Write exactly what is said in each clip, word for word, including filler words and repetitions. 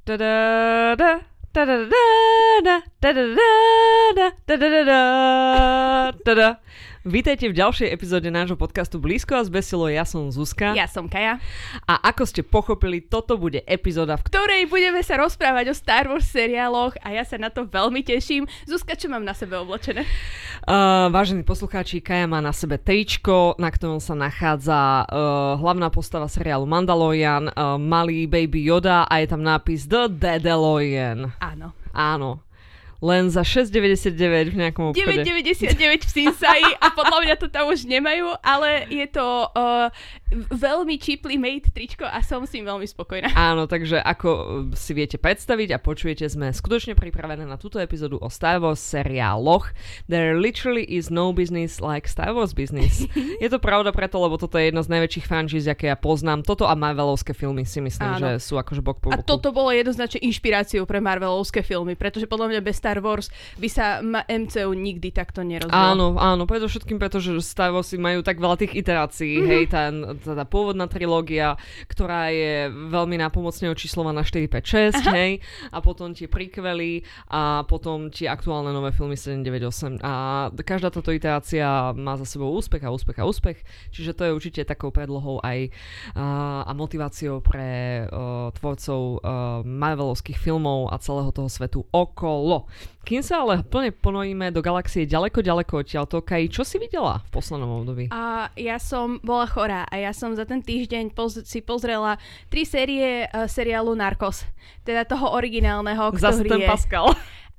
Vítajte v ďalšej epizóde nášho podcastu Blízko a zbesilo. Ja som Zuzka. Ja som Kaja. A ako ste pochopili, toto bude epizóda, v ktorej budeme sa rozprávať o Star Wars seriáloch a ja sa na to veľmi teším. Zuzka, čo mám na sebe oblečené? Uh, vážení poslucháči, Kaja má na sebe tričko, na ktorom sa nachádza uh, hlavná postava seriálu Mandalorian, uh, malý baby Yoda a je tam nápis The Dedalorian. Áno. Áno. Len za šesť deväťdesiatdeväť v nejakom obchode. deväť deväťdesiatdeväť v Sinsaji a podľa mňa to tam už nemajú, ale je to uh, veľmi cheaply made tričko a som s tým veľmi spokojná. Áno, takže ako si viete predstaviť a počujete, sme skutočne pripravené na túto epizódu o Star Wars seriáloch. There literally is no business like Star Wars business. Je to pravda preto, lebo toto je jedna z najväčších franchise, aké ja poznám. Toto a Marvelovské filmy si myslím, Áno. že sú akože bok po boku. A toto bolo jednoznačne inšpiráciou pre Marvelovské filmy, pretože podľa mňa bez Star Wars by sa em cé ú nikdy takto nerozvíjalo. Áno, áno, predovšetkým preto, že Star Wars majú tak veľa tých iterácií, mm-hmm. hej, tá, tá, tá pôvodná trilógia, ktorá je veľmi nápomocne očíslovaná štyri, päť, šesť, Aha. hej, a potom tie prequely a potom tie aktuálne nové filmy sedem, deväť, osem a každá táto iterácia má za sebou úspech a úspech a úspech, čiže to je určite takou predlohou aj uh, a motiváciou pre uh, tvorcov uh, Marvelovských filmov a celého toho svetu okolo. Kým sa ale plne ponoríme do galaxie ďaleko, ďaleko odtiaľto, Kaj, čo si videla v poslednom období? A ja som bola chorá a ja som za ten týždeň poz- si pozrela tri série uh, seriálu Narcos. Teda toho originálneho, Zase ktorý ten je... Pascal.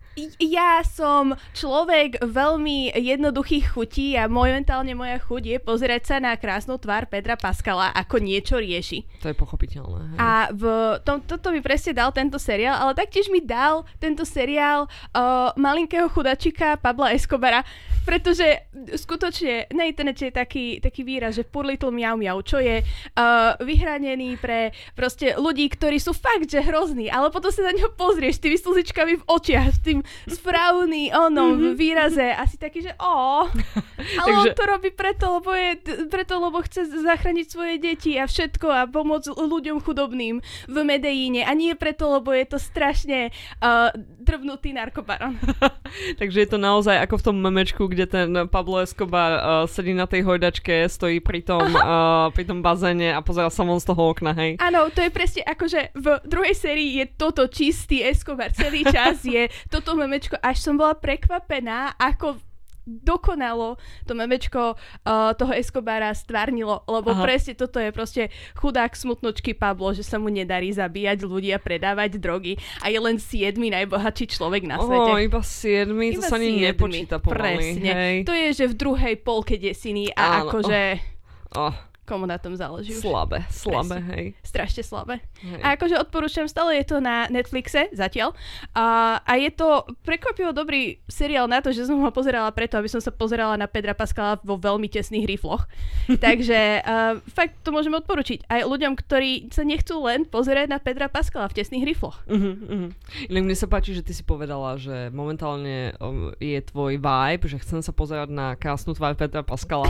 Ja som človek veľmi jednoduchých chutí a momentálne moja chuť je pozerať sa na krásnu tvár Pedra Pascala, ako niečo rieši. To je pochopiteľné. Hej. A v tom, toto mi presne dal tento seriál, ale taktiež mi dal tento seriál uh, malinkého chudačika Pabla Escobara, pretože skutočne na internete je taký, taký výraz, že poor little miau miau, čo je uh, vyhranený pre proste ľudí, ktorí sú fakt, že hrozní, ale potom sa na ňo pozrieš s tými slzičkami v očiach, s tým správny ono mm-hmm. výraze, asi taký, že ó, ale Takže... on to robí preto, lebo je, preto, lebo chce zachrániť svoje deti a všetko a pomôcť ľuďom chudobným v Medellíne a nie preto, lebo je to strašne uh, drbnutý narkobaron. Takže je to naozaj ako v tom memečku, kde ten Pablo Escobar uh, sedí na tej hojdačke, stojí pri tom, uh, pri tom bazéne a pozerá sa von z toho okna, hej? Áno, to je presne ako, že v druhej sérii je toto čistý Escobar, celý čas je toto memečko, až som bola prekvapená, ako dokonalo to memečko uh, toho Escobara stvárnilo, lebo Aha. presne toto je proste chudák smutnočky Pablo, že sa mu nedarí zabíjať ľudí a predávať drogy a je len siedmy najbohatší človek na svete. Ó, iba siedmy, to sa ani nepočíta pomaly. Presne. Hej. To je, že v druhej polke desiny a Áno. akože... Oh. Oh. Komu na tom záleží už. Slabé, slabé, hej. Strašne slabé. Hej. A akože odporúčam, stále je to na Netflixe zatiaľ. A, a je to prekvapivo dobrý seriál na to, že som ho pozerala preto, aby som sa pozerala na Pedra Pascala vo veľmi tesných rifloch. Takže uh, fakt to môžem odporučiť aj ľuďom, ktorí sa nechcú len pozerať na Pedra Pascala v tesných rifloch. Uh-huh, uh-huh. Inak mne sa páči, že ty si povedala, že momentálne um, je tvoj vibe, že chcem sa pozerať na krásnu tvár Pedra Pascala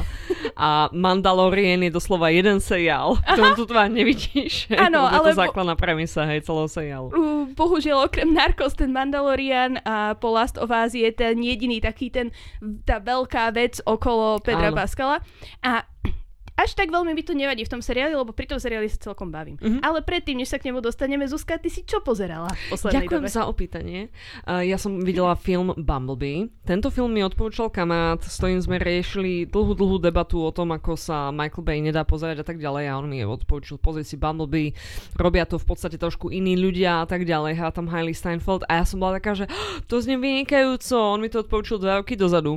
a Mandalorian je doslova jeden seriál, ktorom tu tvár nevidíš. Áno, ale... Je to základná premisa, hej, celého seriálu. Uh, bohužiaľ, okrem Narcos, ten Mandalorian a po Last of Us je ten jediný taký ten, tá veľká vec okolo Pedra Áno. Pascala. A až tak veľmi mi to nevadí v tom seriáli, lebo pri tom seriáli sa celkom bavím. Mm-hmm. Ale predtým, než sa k nemu dostaneme, Zuzka, ty si čo pozerala v poslednej Ďakujem dobe? za opýtanie. Uh, ja som videla film Bumblebee. Tento film mi odporúčal kamarát, s ktorým sme riešili dlhú, dlhú debatu o tom, ako sa Michael Bay nedá pozerať a tak ďalej. A on mi odporúčil, pozri si Bumblebee. Robia to v podstate trošku iní ľudia a tak ďalej. Hrá tam Hailey Steinfeld a ja som bola taká, že to znie vynikajúco. On mi to odporúčil dva roky dozadu.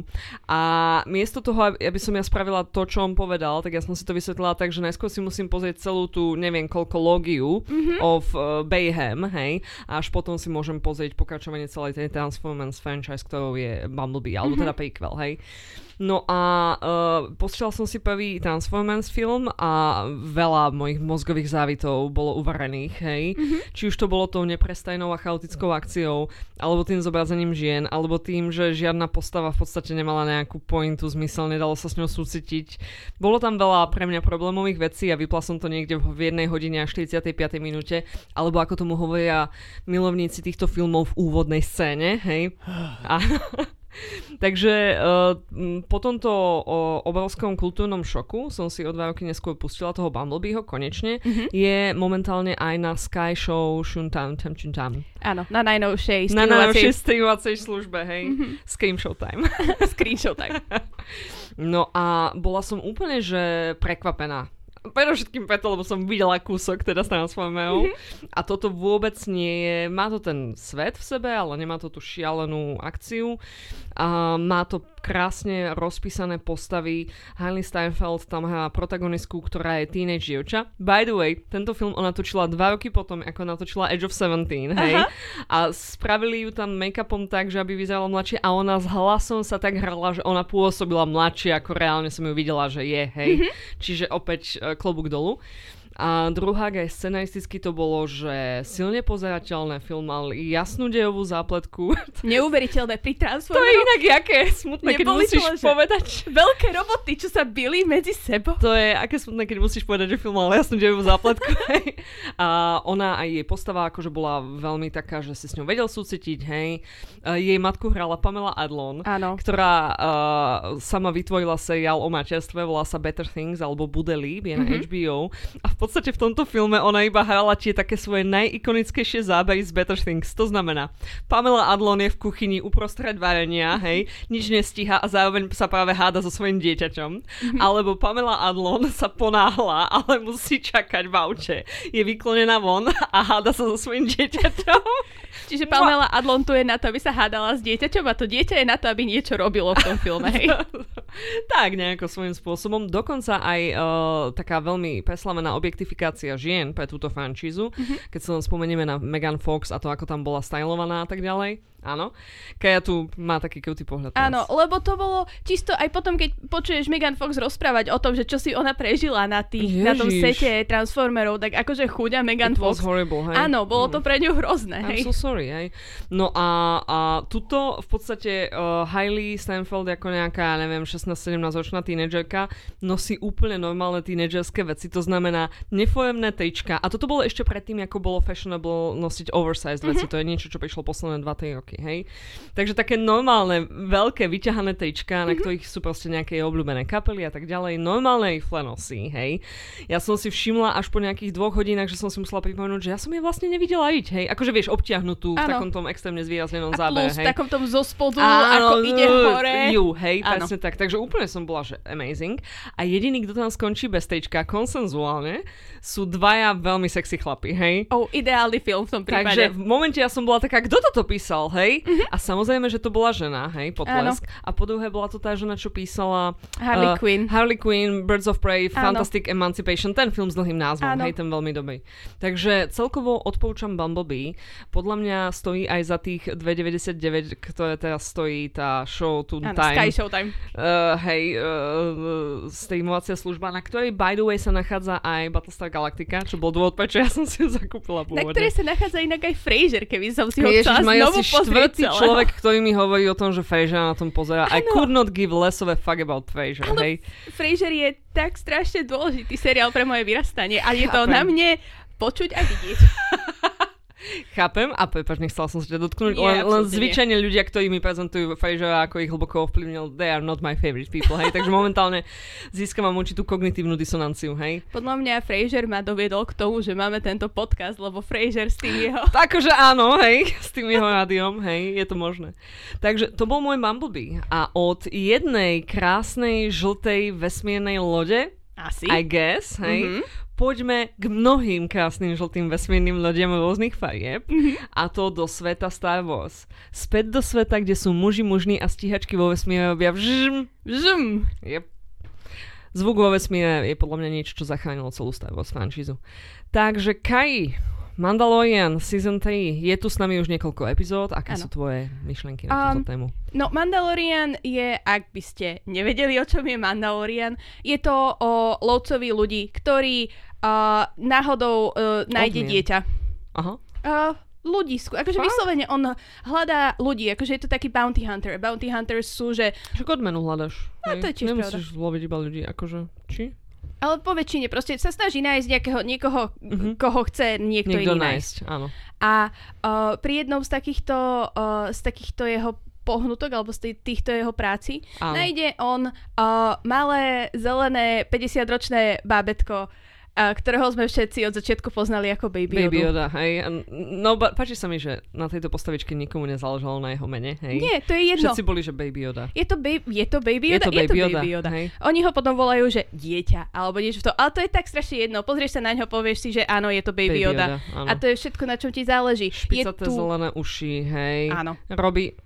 A miesto toho, aby som ja spravila to, čo on povedal, tak ja som si to vysvetlila tak, že najskôr si musím pozrieť celú tú, neviem koľko lógiu mm-hmm. of uh, Bayhem, hej, a až potom si môžem pozrieť pokračovanie celej tej Transformers franchise, ktorou je Bumblebee, alebo mm-hmm. teda prequel, hej. No a uh, postrel som si prvý Transformers film a veľa mojich mozgových závitov bolo uvarených, hej. Mm-hmm. Či už to bolo tou neprestajnou a chaotickou akciou, alebo tým zobrazením žien, alebo tým, že žiadna postava v podstate nemala nejakú pointu, zmysel, nedalo sa s ňou súcitiť. Bolo tam veľa veľa pre mňa problémových vecí a vypla som to niekde v jednej hodine a štyridsiatej piatej minúte, alebo ako tomu hovoria milovníci týchto filmov v úvodnej scéne, hej. A takže uh, po tomto uh, obrovskom kultúrnom šoku som si o dva roky neskôr pustila toho Bumblebeeho konečne. Mm-hmm. Je momentálne aj na Sky Show Shuntam Tam Tam. Áno, na najnovšej streamovacej... Na najnovšej streamovacej službe, hej. Mm-hmm. Screen Showtime. Screen Showtime. No a bola som úplne, že prekvapená. Predovšetkým preto, lebo som videla kúsok teda z Transformerov. Mm-hmm. A toto vôbec nie je... Má to ten svet v sebe, ale nemá to tú šialenú akciu. A má to krásne rozpísané postavy. Hailey Steinfeld tam hrá protagonistku, ktorá je teenage dievča. By the way, tento film ona točila dva roky potom, ako natočila Edge of seventeen, hej. Aha. A spravili ju tam make-upom tak, že aby vyzerala mladšie a ona s hlasom sa tak hrala, že ona pôsobila mladšie, ako reálne som ju videla, že je, hej. Mm-hmm. Čiže opäť klobúk dolu. A druhá aj scenaristicky to bolo, že silne pozerateľné, film mal jasnú dejovú zápletku. Neuveriteľné pri Transformeroch. To je inak jaké smutné, keď musíš to, povedať. Veľké roboty, čo sa bili medzi sebou. To je aké smutné, keď musíš povedať, že film mal jasnú dejovú zápletku. A ona aj jej postava akože bola veľmi taká, že si s ňou vedel súcitiť, hej. Jej matku hrala Pamela Adlon, áno, ktorá uh, sama vytvorila seriál o materstve, volá sa Better Things alebo Bude Leap, je na mm-hmm. H B O. A v podstate v tomto filme ona iba hrala tie také svoje najikonickejšie zábery z Better Things. To znamená, Pamela Adlon je v kuchyni uprostred varenia, hej, nič nestíha a zároveň sa práve háda so svojím dieťaťom. Mm-hmm. Alebo Pamela Adlon sa ponáhla, ale musí čakať v aute. Je vyklonená von a háda sa so svojím dieťaťom. Čiže Pamela Adlon tu je na to, aby sa hádala s dieťaťom a to dieťa je na to, aby niečo robilo v tom filme, hej. Tak nejako svojím spôsobom. Dokonca aj uh, taká veľmi preslavená objektifikácia žien pre túto franšízu, mm-hmm. keď sa len spomenieme na Megan Fox a to, ako tam bola stylovaná a tak ďalej. Áno. Kaja tu má taký krutý pohľad. Áno, lebo to bolo čisto aj potom, keď počuješ Megan Fox rozprávať o tom, že čo si ona prežila na, tých, na tom sete Transformerov, tak akože chuďa Megan It Fox. Was horrible, hej? Áno, bolo to pre ňu hrozné. Hej? I'm so sorry, hej. No a, a tuto v podstate uh, Hailey Steinfeld ako nejaká, neviem, šestnásť sedemnásť ročná tínedžerka nosí úplne normálne tínedžerské veci, to znamená nefojemné trička. A toto bolo ešte predtým, ako bolo fashionable nosiť oversized mm-hmm. veci. To je niečo, čo prišlo posledné dva tri roky. Hej. Takže také normálne, veľké, vyťahané trička, mm-hmm. na ktorých sú proste nejaké obľúbené kapely a tak ďalej. Normálne ich nosí, hej. Ja som si všimla až po nejakých dvoch hodinách, že som si musela pripomenúť, že ja som jej vlastne nevidela ísť, hej. Akože vieš, obtiahnutú v takom tom extrémne zvýraznenom zábere, hej. A plus v takom tom zo spodu, ako ide hore. Ju, hej, presne tak. Takže úplne som bola, že amazing. A jediný, kto tam skončí bez trička, konsenzuálne, sú dvaja veľmi sexy chlapi, hej. Oh, ideálny film v tom prípade. Takže v momente ja som bola taká, kto toto písal, hej? Mm-hmm. A samozrejme, že to bola žena, hej, potlesk. Áno. A po druhé bola to tá žena, čo písala Harley uh, Quinn. Harley Quinn, Birds of Prey, Áno. Fantastic Emancipation, ten film s dlhým názvom, Áno. hej, ten veľmi dobrý. Takže celkovo odporúčam Bumblebee. Podľa mňa stojí aj za tých dva deväťdesiatdeväť, ktoré teraz stojí tá show tu Áno, Time. Sky Showtime. Uh, hej, uh, streamovacia služba, na ktorej by the way sa nachádza aj Battlestar Galactica, čo bol dôvod, prečo ja som si ju zakúpila pôvodne. Na ktorej sa nachádza inak aj Frasier, keby som si ho Ježiš, chcela znovu pozrieť. Štvrtý človek, ktorý mi hovorí o tom, že Frasier na tom pozerá. I could not give less of a fuck about Frasier, ano, hej. Frasier je tak strašne dôležitý seriál pre moje vyrastanie a je to Chápem. na mne počuť a vidieť. Chápem a prepáč, nechcela som sa ťa dotknúť, Nie, len, len zvyčajne ľudia, ktorí mi prezentujú Frasiera, ako ich hlboko ovplyvnil, they are not my favorite people, hej, takže momentálne získavam určitú kognitívnu disonanciu, hej. Podľa mňa Frasier ma doviedol k tomu, že máme tento podcast, lebo Frasier s tým jeho... Takže áno, hej, s tým jeho rádiom, hej, je to možné. Takže to bol môj Bumblebee a od jednej krásnej, žltej, vesmírnej lode, Asi. I guess, hej, mm-hmm. poďme k mnohým krásnym žltým vesmírnym lodiam rôznych farieb mm-hmm. a to do sveta Star Wars. Späť do sveta, kde sú muži mužní a stíhačky vo vesmíre robia vžm, vžm. Yep. Zvuk vo vesmíre je podľa mňa niečo, čo zachránilo celú Star Wars franšízu. Takže Kai, Mandalorian Season tri, je tu s nami už niekoľko epizód. Aké ano. sú tvoje myšlenky na túto um, tému? No, Mandalorian je, ak by ste nevedeli, o čom je Mandalorian, je to o lovcovi ľudí, ktorý uh, náhodou uh, nájde Odmien. dieťa. Aha. Uh, ľudí, akože Fakt? vyslovene on hľadá ľudí, akože je to taký bounty hunter. Bounty hunters sú, že... Však odmenu hľadaš. No, to je tiež Nemusíš pravda. loviť iba ľudí, akože, či? Ale po väčšine proste sa snaží nájsť nejakého, niekoho, mm-hmm. koho chce niekto, niekto iný nájsť. Áno. A uh, pri jednom z takýchto, uh, z takýchto jeho pohnutok, alebo z týchto jeho práci, áno. nájde on uh, malé, zelené, päťdesiatročné bábätko, a ktorého sme všetci od začiatku poznali ako Baby Yoda. Baby Yoda, hej. No, ba- páči sa mi, že na tejto postavičke nikomu nezáležalo na jeho mene, hej. Nie, to je jedno. Všetci boli, že Baby Yoda. Je to, ba- je to Baby Yoda? Je to Baby, je to Yoda, baby Yoda. Hej. Oni ho potom volajú, že dieťa, alebo niečo v to. Ale to je tak strašne jedno. Pozrieš sa na ňo, povieš si, že áno, je to Baby, baby Yoda. Yoda a to je všetko, na čom ti záleží. Špicaté tu... zelené uši, hej. Áno. Robí...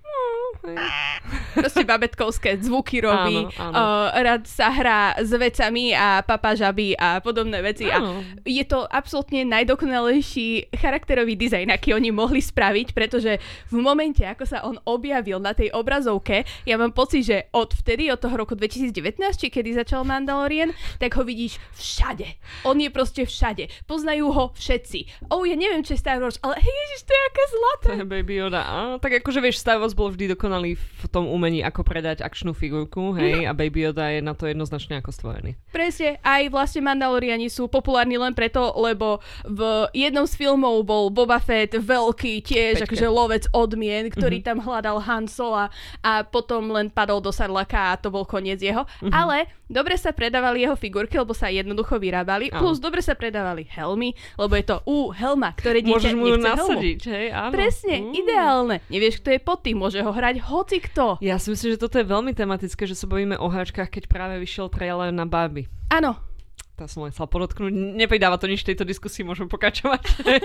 Proste babetkovské zvuky robí, áno, áno. Uh, rád sa hrá s vecami a papá žaby a podobné veci. Áno. A je to absolútne najdokonalejší charakterový dizajn, aký oni mohli spraviť, pretože v momente, ako sa on objavil na tej obrazovke, ja mám pocit, že od vtedy, od toho roku dvetisícdevätnásť, či kedy začal Mandalorian, tak ho vidíš všade. On je proste všade. Poznajú ho všetci. Oh, ja neviem, čo je Star Wars, ale hej, ježiš, to je aká zlatá. To je Baby Yoda. Á, tak akože vieš, Star Wars bol vždy dokonalý v tom umení, ako predať akčnú figurku, hej, mm-hmm. a Baby Yoda je na to jednoznačne ako stvorený. Presne, aj vlastne Mandaloriani sú populárni len preto, lebo v jednom z filmov bol Boba Fett veľký tiež, Peťke. akože lovec odmien, ktorý mm-hmm. tam hľadal Han Sola a potom len padol do Sarlaka a to bol koniec jeho. Mm-hmm. Ale dobre sa predávali jeho figurky, lebo sa jednoducho vyrábali, áno. plus dobre sa predávali helmy, lebo je to ú, helma, ktoré dieťa môžeš mu ju nechce nasadiť, helmu. Hej, áno. Presne, mm. ideálne. Nevieš, kto je pod tým, môže ho hrať hocikto. Ja si myslím, že toto je veľmi tematické, že sa bavíme o hračkách, keď práve vyšiel trailer na Barbie. Áno. To som len chcela podotknúť. Nepridáva to nič tejto diskusii, môžeme pokračovať.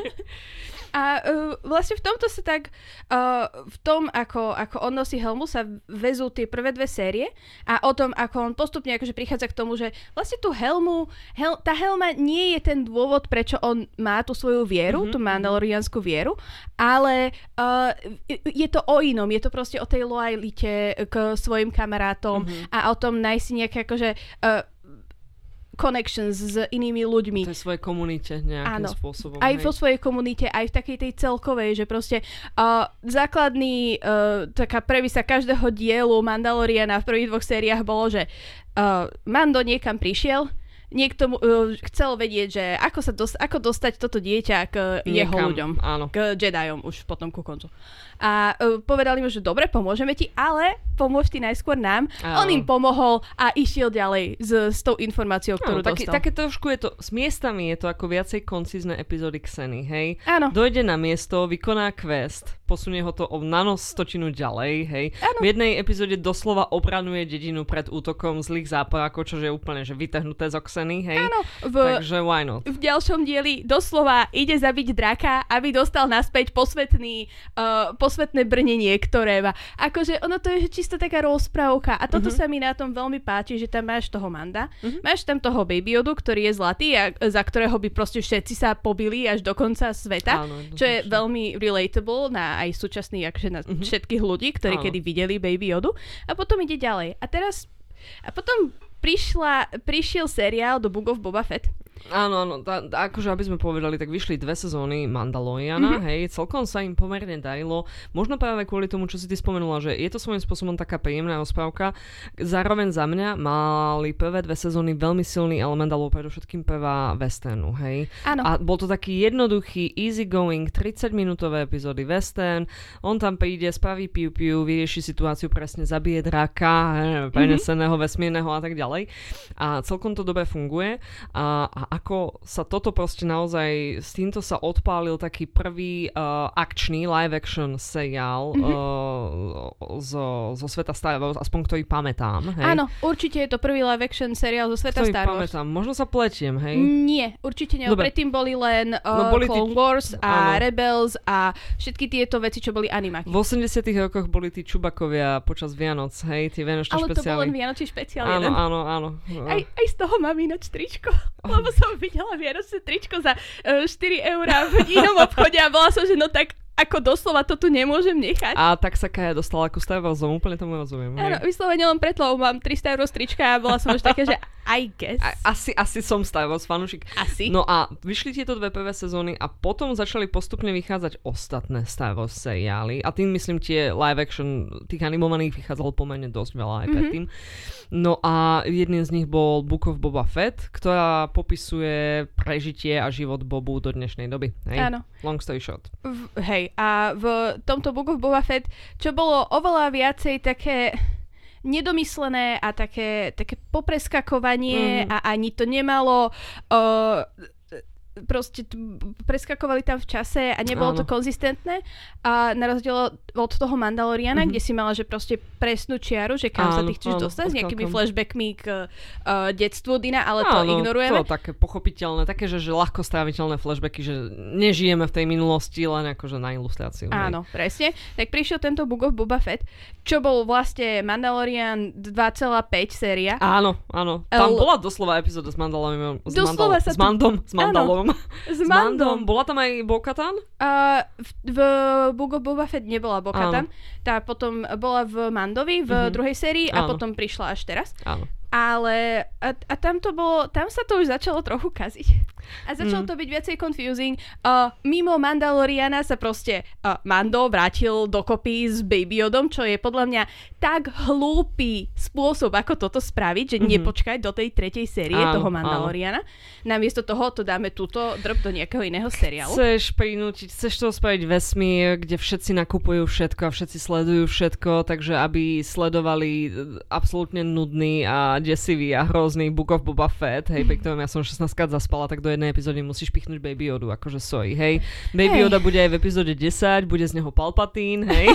A uh, vlastne v tomto sa tak, uh, v tom, ako, ako on nosí helmu, sa vezú tie prvé dve série a o tom, ako on postupne akože prichádza k tomu, že vlastne tú helmu, hel, tá helma nie je ten dôvod, prečo on má tú svoju vieru, mm-hmm. tú mandalorianskú vieru, ale uh, je to o inom, je to proste o tej lojalite k svojim kamarátom mm-hmm. a o tom nájsť si nejaké akože... Uh, connections s inými ľuďmi. To je svojej komunite nejakým áno, spôsobom. Aj hej. vo svojej komunite, aj v takej tej celkovej, že proste uh, základný, uh, taká previsa každého dielu Mandaloriana v prvých dvoch sériách bolo, že uh, Mando niekam prišiel, niekto mu, uh, chcel vedieť, že ako, sa dos- ako dostať toto dieťa k Niekam, jeho ľuďom. Áno. K Jedajom už potom ku koncu. A uh, povedali mu, že dobre, pomôžeme ti, ale pomôž ty najskôr nám. Áno. On im pomohol a išiel ďalej s, s tou informáciou, ktorú áno, taký, dostal. Také trošku je to, s miestami je to ako viacej koncizné epizódy Xeny, hej? Áno. Dojde na miesto, vykoná quest, posunie ho to o nanostotinu ďalej, hej? Áno. V jednej epizóde doslova obranuje dedinu pred útokom zlých záporákov, čo je úplne že vytrhnuté z Xeny, hej? Áno. V, Takže why not? V ďalšom dieli doslova ide zabiť draka, aby dostal naspäť posvetný, uh, posvetné brnenie, ktoré má. Akože ono to je čisto taká rozprávka a toto uh-huh. sa mi na tom veľmi páči, že tam máš toho Manda, uh-huh. máš tam toho Baby Yodu, ktorý je zlatý a za ktorého by proste všetci sa pobili až do konca sveta, áno, čo je veľmi relatable na aj súčasných, akože na uh-huh. všetkých ľudí, ktorí áno. kedy videli Baby Yodu a potom ide ďalej. A teraz a potom prišla, prišiel seriál The Book of Boba Fett. Áno, áno, tá, tá, akože aby sme povedali, tak vyšli dve sezóny Mandaloriana, mm-hmm. hej, celkom sa im pomerne darilo, možno práve kvôli tomu, čo si ty spomenula, že je to svojím spôsobom taká príjemná rozprávka, zároveň za mňa mali prvé dve sezóny veľmi silný element, alebo predovšetkým prvá westernu, hej. Áno. A bol to taký jednoduchý, easy going, tridsaťminútové epizódy western, on tam príde, spraví piu-piu, vyrieši situáciu, presne zabije draka, hej, preneseného, mm-hmm. vesmírneho a tak ďalej. A celkom to dobre funguje a, a ako sa toto proste naozaj, s týmto sa odpálil taký prvý uh, akčný live action seriál mm-hmm. uh, zo, zo sveta Star Wars, aspoň ktorý pamätám. Hej. Áno, určite je to prvý live action seriál zo sveta ktorý Star Wars. pamätám, možno sa pletiem, hej? Nie, určite nie. Dobre. Predtým boli len uh, no, boli Clone tí... Wars a áno. Rebels a všetky tieto veci, čo boli animáky. V osemdesiatych rokoch boli tí Čubakovia počas Vianoc, hej, tie vianočné špeciály. Ale to bol len vianočný špeciál. Áno, jeden. áno, áno. Aj, aj z toho mám ináč tričko, lebo som videla vianočné tričko za uh, štyri eurá v inom obchode a bola som, že no tak ako doslova to tu nemôžem nechať. A tak sa Kaja dostala ku Star Warsom, úplne tomu rozumiem. Áno, vyslovene len preto, lebo mám tri Star Wars trička a bola som už také, že I guess. A, asi, asi som Star Wars fanúšik. Asi. No a vyšli tieto dve prvé sezóny a potom začali postupne vychádzať ostatné Star Wars seriály a tým myslím tie live action, tých animovaných vychádzalo pomerne dosť veľa aj predtým. Mm-hmm. No a jedným z nich bol Book of Boba Fett, ktorá popisuje prežitie a život Bobu do dnešnej doby. Hej? Áno. Long story short. V, hej, a v tomto Book of Boba Fett, čo bolo oveľa viacej také nedomyslené a také, také popreskakovanie mm. a ani to nemalo uh, proste t- preskakovali tam v čase a nebolo Áno. to konzistentné a na rozdiel od toho Mandaloriana, mm-hmm. kde si mala, že proste presnú čiaru, že kam áno, sa ty chceš áno, dostať s nejakými flashbackmi k uh, detstvu Dina, ale to áno, ignorujeme. To také pochopiteľné, také, že, že ľahko stráviteľné flashbacky, že nežijeme v tej minulosti, len akože na ilustráciu. Áno, hej. presne. Tak prišiel tento Book of Boba Fett, čo bol vlastne Mandalorian dva celá päť séria. Áno, áno. Tam L- bola doslova epizóda s Mandalorianom. S, doslova Mandal- sa s Mandom, s Mandalom. S Mandom. Bola tam aj Bo-Katan? Uh, v, v Book of Boba Fett nebola Bo-Katan. Tá potom bola v Mandovi v uh-huh. druhej sérii a Áno. potom prišla až teraz. Áno. Ale a, a tam to bolo, tam sa to už začalo trochu kaziť. A začalo mm. to byť viacej confusing. Uh, mimo Mandaloriana sa proste uh, Mando vrátil dokopy s Baby Yodom, čo je podľa mňa tak hlúpy spôsob, ako toto spraviť, že mm-hmm. nepočkať do tej tretej série áno, toho Mandaloriana. Áno. Namiesto toho to dáme túto drb do nejakého iného seriálu. Chceš prinútiť, chceš to spraviť vesmír, kde všetci nakupujú všetko a všetci sledujú všetko, takže aby sledovali absolútne nudný a desivý a hrozný Book of Boba Fett, hej, pri ktorom ja som šestnásťkrát zaspala, tak do jednej epizódy musíš pichnúť Baby Yodu, akože sorry, hej. Baby hey. Yoda bude aj v epizóde desať, bude z neho Palpatine, hej.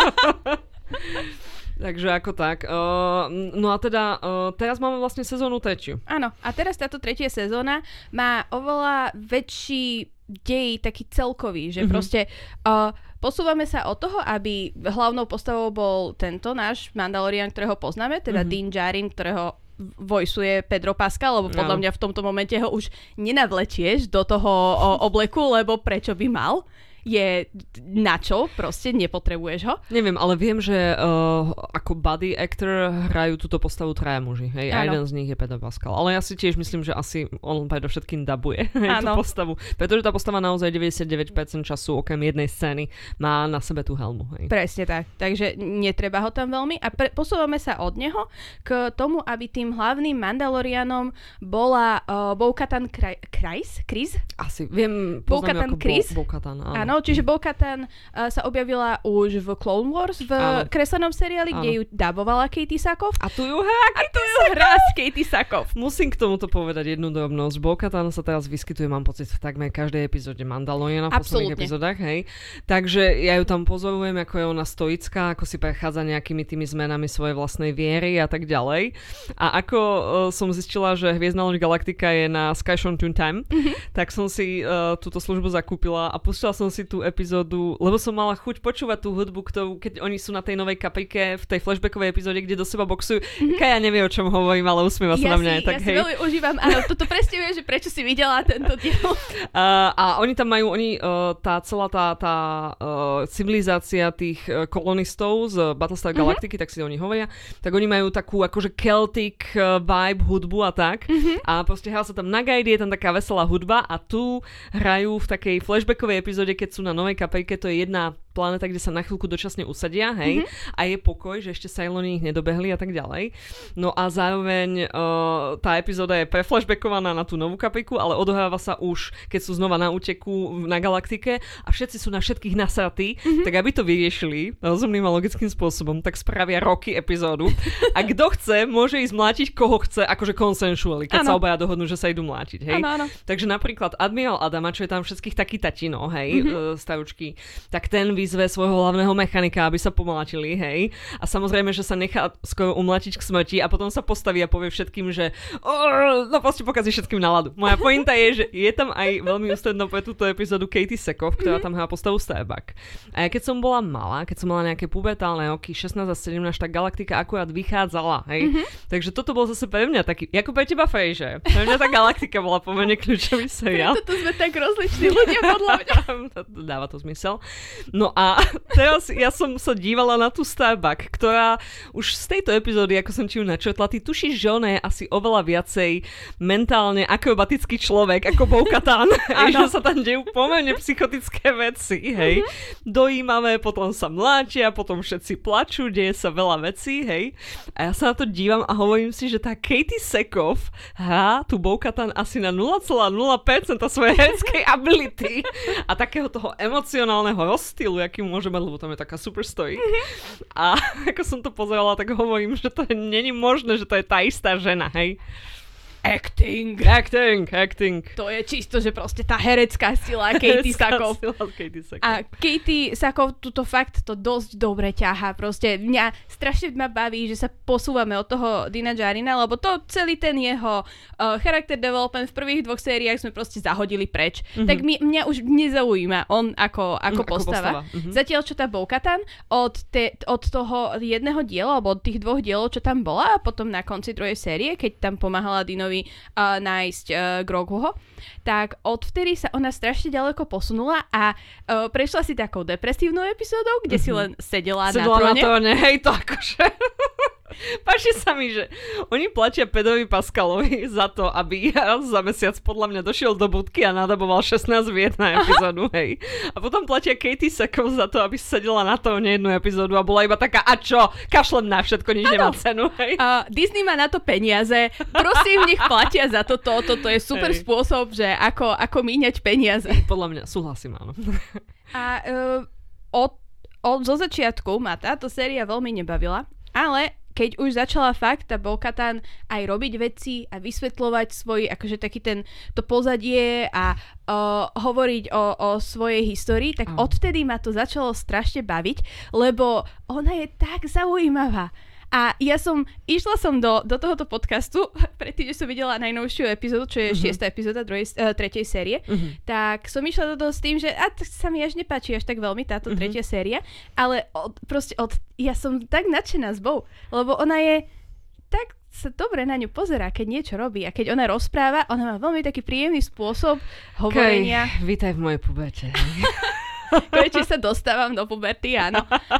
Takže ako tak. Uh, no a teda, uh, teraz máme vlastne sezónu tretiu. Áno, a teraz táto tretia sezóna má oveľa väčší dej, taký celkový, že mm-hmm. proste uh, posúvame sa od toho, aby hlavnou postavou bol tento náš Mandalorian, ktorého poznáme, teda mm-hmm. Din Djarin, ktorého vojsuje Pedro Pascal, lebo podľa mňa v tomto momente ho už nenavletieš do toho o, obleku, lebo prečo by mal? Je na čo? Proste nepotrebuješ ho? Neviem, ale viem, že uh, ako body actor hrajú túto postavu traja muži. Hej? A jeden z nich je Pedro Pascal. Ale ja si tiež myslím, že asi on predovšetkým dabuje tú postavu. Pretože tá postava naozaj deväťdesiatdeväť percent času okrem jednej scény má na sebe tú helmu. Hej? Presne tak. Takže netreba ho tam veľmi. A pre- posúvame sa od neho k tomu, aby tým hlavným Mandalorianom bola uh, Bo-Katan Kryze? Kryze? Asi. Viem, poznám ako Bo- Bo-Katan. Áno. Áno, čiže Bo-Katan uh, sa objavila už v Clone Wars, v áno. kreslenom seriáli, áno. kde ju dabovala Katie Sackhoff. A tu ju hrá A tu ju hrá Katie Sackhoff. Musím k tomuto povedať jednu drobnosť. Bo-Katan sa teraz vyskytuje, mám pocit, v takmer každej epizóde Mandaloriana v posledných epizódach, hej. Takže ja ju tam pozorujem, ako je ona stoická, ako si prechádza nejakými tými zmenami svojej vlastnej viery a tak ďalej. A ako uh, som zistila, že Hviezdna loď Galaktika je na Sky Shore Toon Time, mm-hmm. tak som si uh, túto službu zakúpila a pustila som si tú epizódu, lebo som mala chuť počúvať tú hudbu, ktorú, keď oni sú na tej novej kaprike v tej flashbackovej epizóde, kde do seba boxujú. Mm-hmm. Kaja nevie, o čom hovorím, ale usmieva sa ja na mňa. Si, tak, ja hej. si veľmi užívam, áno, toto presne vie, že prečo si videla tento diel. Uh, a oni tam majú, oni, uh, tá celá tá, tá uh, civilizácia tých uh, kolonistov z Battlestar Galactiky, mm-hmm. tak si oni hovoria, tak oni majú takú akože Celtic uh, vibe, hudbu a tak. Mm-hmm. A proste hrá sa tam na gajdy, je tam taká veselá hudba a tu hrajú v takej flashbackovej epizóde, keď sú na novej kaprike, to je jedna planéta, kde sa na chvíľku dočasne usadia, hej, mm-hmm. a je pokoj, že ešte Cyloni ich nedobehli a tak ďalej. No a zároveň uh, tá epizóda je preflashbackovaná na tú novú kapriku, ale odohráva sa už, keď sú znova na úteku na galaktike a všetci sú na všetkých nasratí, mm-hmm. tak aby to vyriešili rozumným a logickým spôsobom, tak spravia roky epizódu. A kto chce, môže ísť mlátiť koho chce, akože consensually, keď ano. Sa obaja dohodnú, že sa idú mlátiť, hej. Ano, ano. Takže napríklad Admiral Adama, čo je tam všetkých taký tatino, hej, mm-hmm. uh, staručky, tak ten vyzve svojho hlavného mechanika, aby sa pomláčili, hej. A samozrejme, že sa nechá skoro umlačiť k smrti a potom sa postaví a povie všetkým, že no proste pokazí všetkým náladu. Moja pointa je, že je tam aj veľmi ústrednou pre túto epizódu Katie Sackhoff, ktorá tam hrá postavu Starbuck. A ja keď som bola malá, keď som mala nejaké pubertálne roky, šestnásť a sedemnásť, tak Galaktika akurát vychádzala, hej. Mm-hmm. Takže toto bol zase pre mňa taký, ako pre teba, Frejže. Pre mňa tá Galaktika bola pomerne kľúčový seriál. Preto sme tak rozliční ľudia, podľa mňa. Dáva to zmysel. No a teraz ja som sa dívala na tú Starbuck, ktorá už z tejto epizódy, ako som ti ju načrtla, ty tušíš, že ona je asi oveľa viacej mentálne akrobatický človek ako Bo-Katan. Že sa tam dejú pomerne psychotické veci, hej. Mm-hmm. Dojímavé, potom sa mláčia, potom všetci plačú, deje sa veľa vecí, hej. A ja sa na to dívam a hovorím si, že tá Katie Sackhoff hrá tú Bo-Katan asi na nula celá nula percent svojej hereckej ability a takého toho emocionálneho rozstylu, aký môže mať, lebo tam je taká super story. Mm-hmm. A ako som to pozerala, tak hovorím, že to není možné, že to je tá istá žena, hej. Acting. Acting, acting. To je čisto, že proste tá herecká sila Katie Sackhoff. A Katie Sackhoff túto fakt to dosť dobre ťahá. Proste mňa strašne ma baví, že sa posúvame od toho Dina Djarina, lebo to celý ten jeho uh, charakter development v prvých dvoch sériách sme proste zahodili preč. Mm-hmm. Tak mi, mňa už nezaujíma on ako, ako mm, postava. Ako postava. Mm-hmm. Zatiaľ, čo tá Bo-Katan od, te, od toho jedného diela, alebo od tých dvoch dielov, čo tam bola, a potom na konci druhej série, keď tam pomáhala Dinovi Uh, nájsť uh, Groguho, tak odvtedy sa ona strašne ďaleko posunula a uh, prešla si takou depresívnou epizódou, kde mm-hmm. si len sedela, sedela na tróne. Sedela na tróne, hej, to akože... Páči sa mi, že oni platia Pedovi Pascalovi za to, aby raz za mesiac podľa mňa došiel do budky a nadaboval šestnásť viet na epizódu, hej. A potom platia Katie Sackhoff za to, aby sedela na to jednu epizódu a bola iba taká, a čo, kašlem na všetko, nič nemá cenu, hej. Uh, Disney má na to peniaze, prosím, nech platia za toto, toto je super hej. spôsob, že ako, ako míňať peniaze. Podľa mňa, súhlasím, áno. A uh, od, od, zo začiatku ma táto séria veľmi nebavila, ale keď už začala fakt tá Bo-Katan aj robiť veci a vysvetľovať svoj, akože taký ten, to pozadie a uh, hovoriť o, o svojej histórii, tak oh. odvtedy ma to začalo strašne baviť, lebo ona je tak zaujímavá. A ja som, išla som do, do tohoto podcastu, predtým, že som videla najnovšiu epizódu, čo je uh-huh. šiesta epizóda druhej, uh, tretej série, uh-huh. tak som išla do toho s tým, že a to sa mi až nepáči až tak veľmi táto uh-huh. tretia séria, ale od, proste od, ja som tak nadšená s Bo, lebo ona je tak sa dobre na ňu pozerá, keď niečo robí a keď ona rozpráva, ona má veľmi taký príjemný spôsob hovorenia. Kaj, vítaj v mojej puberte. Konečne sa dostávam do puberty, áno.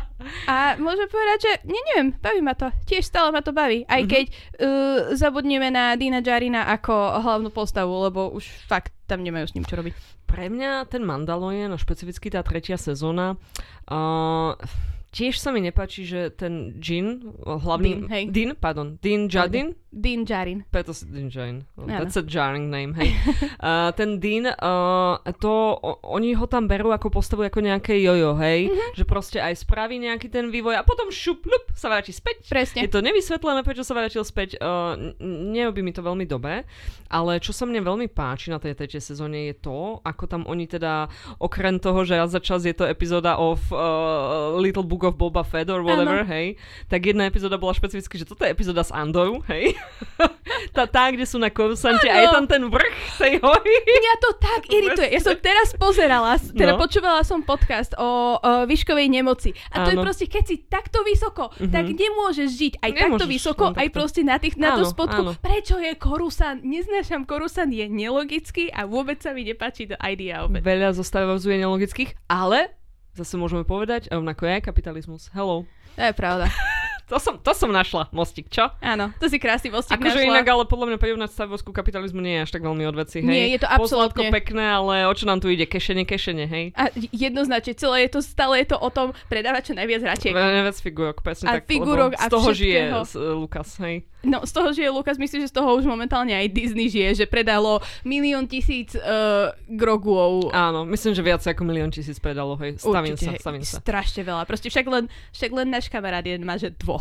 A môžem povedať, že nie, neviem, baví ma to. Tiež stále ma to baví. Aj keď mm-hmm. uh, zabudneme na Dina Djarina ako hlavnú postavu, lebo už fakt tam nemajú s ním čo robiť. Pre mňa ten Mandalorian a špecificky tá tretia sezóna uh, tiež sa mi nepáči, že ten Din, hlavný... Din, hej. Din, pardon. Din Djarin? Din Djarin. Preto si Din Djarin. That's a jarring name, hej. uh, ten Din, uh, to, o, oni ho tam berú ako postavu ako nejaké jojo, hej. Mm-hmm. Že proste aj spraví nejaký ten vývoj a potom šup, lup, sa vráti späť. Presne. Je to nevysvetlené, prečo sa vrátil späť. Uh, nerobí mi to veľmi dobre, ale čo sa mne veľmi páči na tej tretej sezóne je to, ako tam oni teda, okrem toho, že raz za čas je to epizóda of uh, Little Book of Boba Fett or whatever, ano. Hej, tak jedna epizóda bola špecificky, že toto je epizóda s Andoru, hej. tá, tá, kde sú na Coruscante a je tam ten vrch tej hory. Mňa to tak irituje. Ja som teraz pozerala, teda no. počúvala som podcast o, o výškovej nemoci. A to ano. je proste, keď si takto vysoko, mm-hmm. tak nemôžeš žiť aj nemôžeš, takto vysoko, no, aj proste na, tých, na to spodku. Áno. Prečo je Coruscant? Neznášam Coruscant, je nelogický a vôbec sa mi nepáči do idea of it. Veľa zostávov je nelogických, ale zase môžeme povedať, rovnako je kapitalizmus. Hello. To je pravda. To som, to som našla, mostík, čo? Áno, to si krásny mostík akože našla. Inak, ale podľa mňa prirovnať Star Warsku kapitalizmu nie je až tak veľmi od veci, hej? Nie, je to absolútne. Posladko pekné, ale o čo nám tu ide? Kešenie, kešenie, hej? A jednoznačne, celé je to, stále je to o tom predávať čo najviac hračiek. Najviac figurok, presne a tak. Figurok z toho žije Lucas, hej? No, z toho žije Lucas, myslím, že z toho už momentálne aj Disney žije, že predalo milión tisíc uh, Groguov. Áno, myslím, že viac ako milión tisíc predalo, hej. Stavím Určite, sa, stavím sa. Strašne veľa. Proste však len, však len náš kamarát jeden má, že dvoch.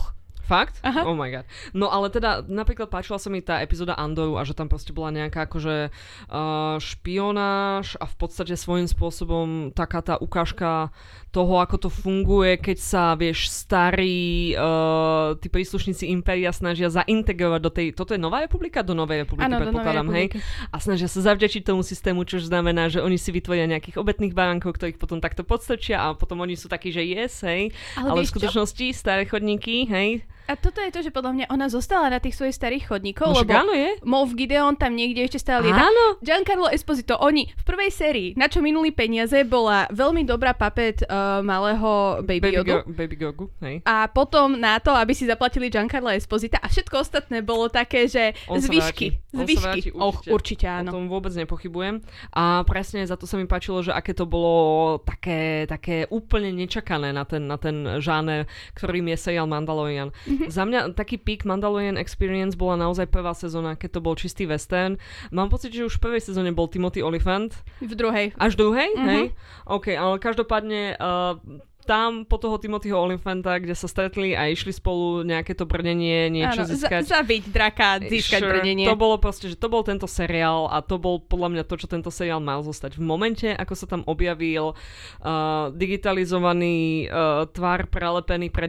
Fakt? Aha. Oh my god. No ale teda napríklad páčila sa mi tá epizóda Andoru a že tam proste bola nejaká akože uh, špionáž a v podstate svojím spôsobom taká tá ukážka toho, ako to funguje, keď sa, vieš, starí uh, tí príslušníci impéria snažia zaintegrovať do tej, toto je Nová republika? Do Novej republiky, áno, predpokladám, hej? A snažia sa zavďačiť tomu systému, čo znamená, že oni si vytvoria nejakých obetných baránkov, ktorých potom takto podstrčia a potom oni sú takí, že yes, hej? Ale, ale v skutočnosti čo? Staré chodníky, hej? A toto je to, že podľa mňa ona zostala na tých svojich starých chodníkov, no, lebo áno, je. Moff Gideon tam niekde ešte stále lieta. Áno. Giancarlo Esposito, oni v prvej sérii, na čo minuli peniaze, bola veľmi dobrá papet uh, malého Baby, Baby Yodu. Go- Baby Gogu, hej. A potom na to, aby si zaplatili Giancarlo Esposita a všetko ostatné bolo také, že On zvyšky. On zvyšky. sa vráti, určite. Och, určite áno. O tom vôbec nepochybujem. A presne za to sa mi páčilo, že aké to bolo také, také úplne nečakané na ten, na ten žáner, ktorým je seriál Mandalorian. Mm-hmm. Za mňa taký peak Mandalorian experience bola naozaj prvá sezóna, keď to bol čistý western. Mám pocit, že už v prvej sezóne bol Timothy Olyphant. V druhej. Až v druhej? Mm-hmm. Hej? OK, ale každopádne... Uh, tam po toho Timothyho Olyphanta, kde sa stretli a išli spolu nejaké to brnenie, niečo áno, získať. Za, zabiť draka, získať sure, brnenie. To bolo proste, že to bol tento seriál a to bol podľa mňa to, čo tento seriál mal zostať. V momente, ako sa tam objavil uh, digitalizovaný uh, tvar prelepený pre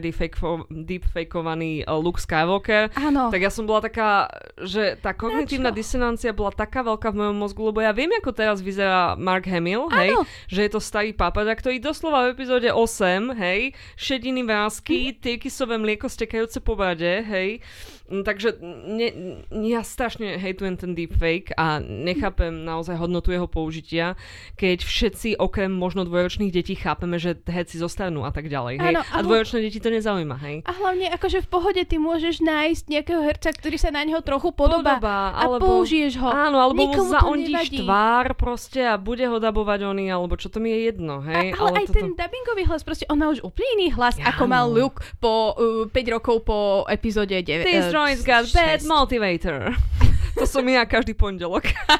deepfakeovaný uh, Luke Skywalker, áno. tak ja som bola taká, že tá kognitívna disonancia bola taká veľká v mojom mozgu, lebo ja viem, ako teraz vyzerá Mark Hamill, hej, že je to starý papaďak, ktorý doslova v epizóde osem, hej, šediny vrásky, mm. tyrkysové mlieko stekajúce po brade, hej. Takže ne, ja strašne hejtujem ten deepfake a nechápem naozaj hodnotu jeho použitia, keď všetci okrem možno dvojročných detí chápeme, že herci zostarnú a tak ďalej, hej. Áno, a dvojročné deti to nezaujíma, hej. A hlavne akože v pohode ty môžeš nájsť nejakého herca, ktorý sa na neho trochu podobá, podobá a alebo, použiješ ho. Áno, alebo nikomu mu zaondíš tvár proste a bude ho dabovať oni, alebo čo to mi je jedno, hej. A, ale, ale aj toto... ten dubbingový hlas, proste on má už úplne iný hlas, ja, ako mal Luke po uh, päť rokov po epizóde deväť. This droid's got bad motivator. To som ja každý pondelok.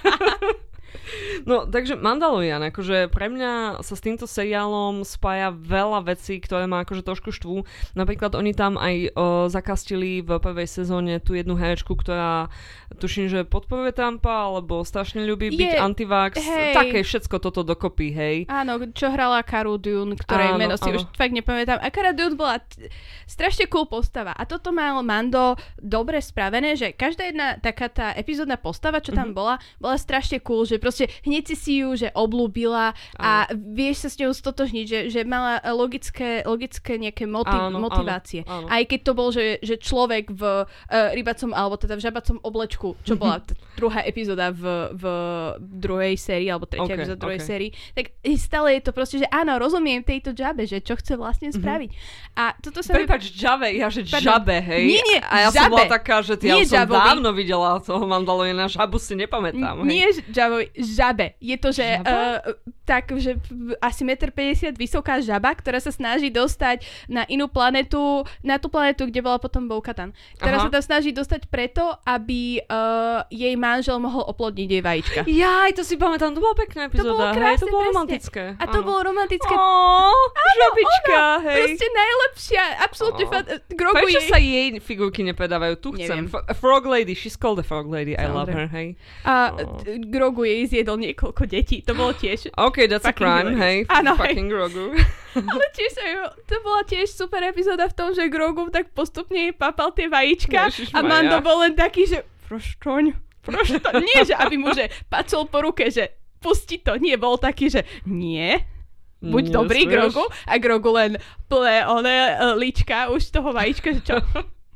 No, takže Mandalorian, akože pre mňa sa s týmto seriálom spája veľa vecí, ktoré ma akože trošku štvú. Napríklad oni tam aj o, zakastili v prvej sezóne tú jednu herečku, ktorá tuším, že podporuje Trumpa, alebo strašne ľubí byť Je, antivax. hej. Také všetko toto dokopy, hej. Áno, čo hrala Cara Dune, ktorej áno, meno si áno. už fakt nepamätám. A Cara Dune bola t- strašne cool postava. A toto mal Mando dobre spravené, že každá jedna taká tá epizódna postava, čo tam mm-hmm. bola, bola strašne cool, že proste hneď si si ju, že oblúbila a áno. vieš sa s ňou stotožniť, že, že mala logické, logické nejaké motiv- áno, motivácie. Áno, áno. Aj keď to bol, že, že človek v uh, rybacom, alebo teda v žabacom oblečku, čo bola t- druhá epizóda v, v druhej sérii, alebo tretia okay, epizóda druhej okay. sérii, tak stále je to proste, že áno, rozumiem tejto žabe, že čo chce vlastne spraviť. Mm-hmm. A toto sa... Prepač, žabe, ja že Pardon. žabe, hej. Nie, nie, a ja žabe. som bola taká, že ja Nie som žabovi. dávno videla toho Mandaloriana, žabu si nepamätám. Hej. Nie žabovi, žabe. Je to, že uh, tak, že asi jeden päťdesiat metra vysoká žaba, ktorá sa snaží dostať na inú planetu, na tú planetu, kde bola potom Bo-Katan. Ktorá Aha. sa tam snaží dostať preto, aby uh, jej manžel mohol oplodniť jej vajíčka. Jaj, to si pamätám, to bola pekná epizóda. To bolo krásne, hej, to bolo presne. romantické. A to áno. bolo romantické. Ó, žabička, hej. Proste najlepšia, absolútne fa- Grogu Prečo jej... sa jej figurky nepredávajú? Tu chcem. F- Frog Lady, she's called the Frog Lady. I love her, hej. A oh. Grogu jej zjedol niekoľko detí. To bolo tiež... OK, that's a crime, hej. Áno, fucking Grogu. Ale tiež sa ju, to bola tiež super epizóda v tom, že Grogu tak postupne jej papal tie vajíčka a Mando bol len taký, že proštoň, proštoň. Nie, že aby mu že pacol po ruke, že pusti to. Nie, bol taký, že nie, buď nie, dobrý svieš. Grogu. A Grogu len ple one líčka už z toho vajíčka, že čo...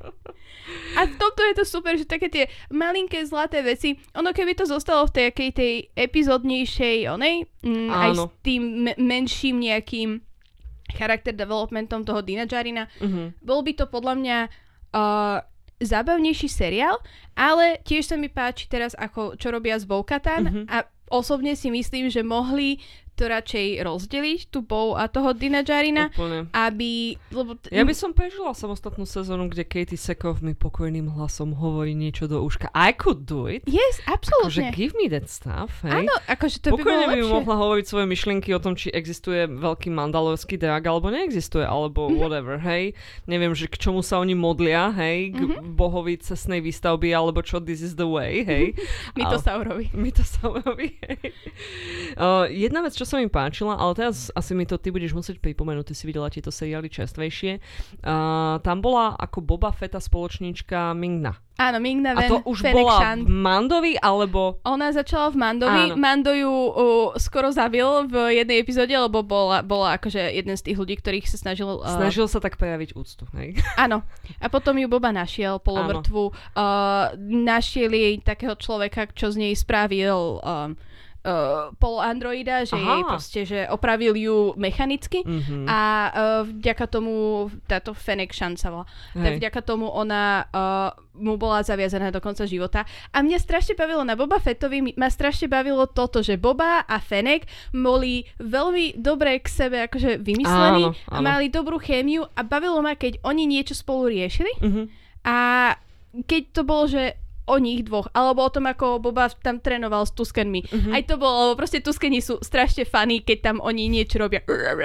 A v tomto je to super, že také tie malinké zlaté veci, ono keby to zostalo v tej, tej epizódnejšej, onej, mm, aj s tým me- menším nejakým character developmentom toho Dina Djarina, uh-huh. bol by to podľa mňa uh, zábavnejší seriál, ale tiež sa mi páči teraz, ako čo robia s Bo-Katan uh-huh. a osobne si myslím, že mohli to radšej rozdeliť, tú Bow a toho Dina Djarina, Úplne. aby... Lebo t- Ja by som prežila samostatnú sezónu, kde Katie Sackhoff mi pokojným hlasom hovorí niečo do uška. I could do it. Yes, absolútne. Akože give me that stuff, hej. Áno, akože to by bolo Pokojne by lepšie. mohla hovoriť svoje myšlienky o tom, či existuje veľký mandalorský drak, alebo neexistuje, alebo Mhm. whatever, hej. Neviem, že k čomu sa oni modlia, hej, k Mhm. bohovi cestnej výstavby, alebo čo, this is the way, hej. Mythosaurovi. Mythosaurovi, hej. Uh, jedna vec, čo sa mi páčila, ale teraz asi mi to ty budeš musieť pripomenúť, ty si videla tieto seriály čerstvejšie. Uh, tam bola ako Boba Fetta spoločníčka Ming-Na. Áno, Ming-Na A Wen, to už Fennec bola Shand. v Mandovi, alebo... Ona začala v Mandovi. Áno. Mando ju uh, skoro zabil v jednej epizóde, lebo bola, bola akože jeden z tých ľudí, ktorých sa snažil... Uh, Snažil sa tak prejaviť úctu, hej. Áno. A potom ju Boba našiel polomrtvu. Uh, našiel jej takého človeka, čo z nej spravil... Um, Uh, poloandroida, že Aha. jej proste, že opravil ju mechanicky Mm-hmm. a uh, vďaka tomu táto Fennec Shand sa volá. Tak vďaka tomu ona uh, mu bola zaviazaná do konca života. A mňa strašne bavilo na Boba Fettovi, mi- ma strašne bavilo toto, že Boba a Fennec boli veľmi dobre k sebe akože vymyslení Áno, a áno. mali dobrú chémiu a bavilo ma, keď oni niečo spolu riešili Mm-hmm. a keď to bolo, že o nich dvoch, alebo o tom, ako Boba tam trénoval s Tuskenmi. Mhm. Aj to bolo, lebo proste Tuskeni sú strašne funny, keď tam oni niečo robia.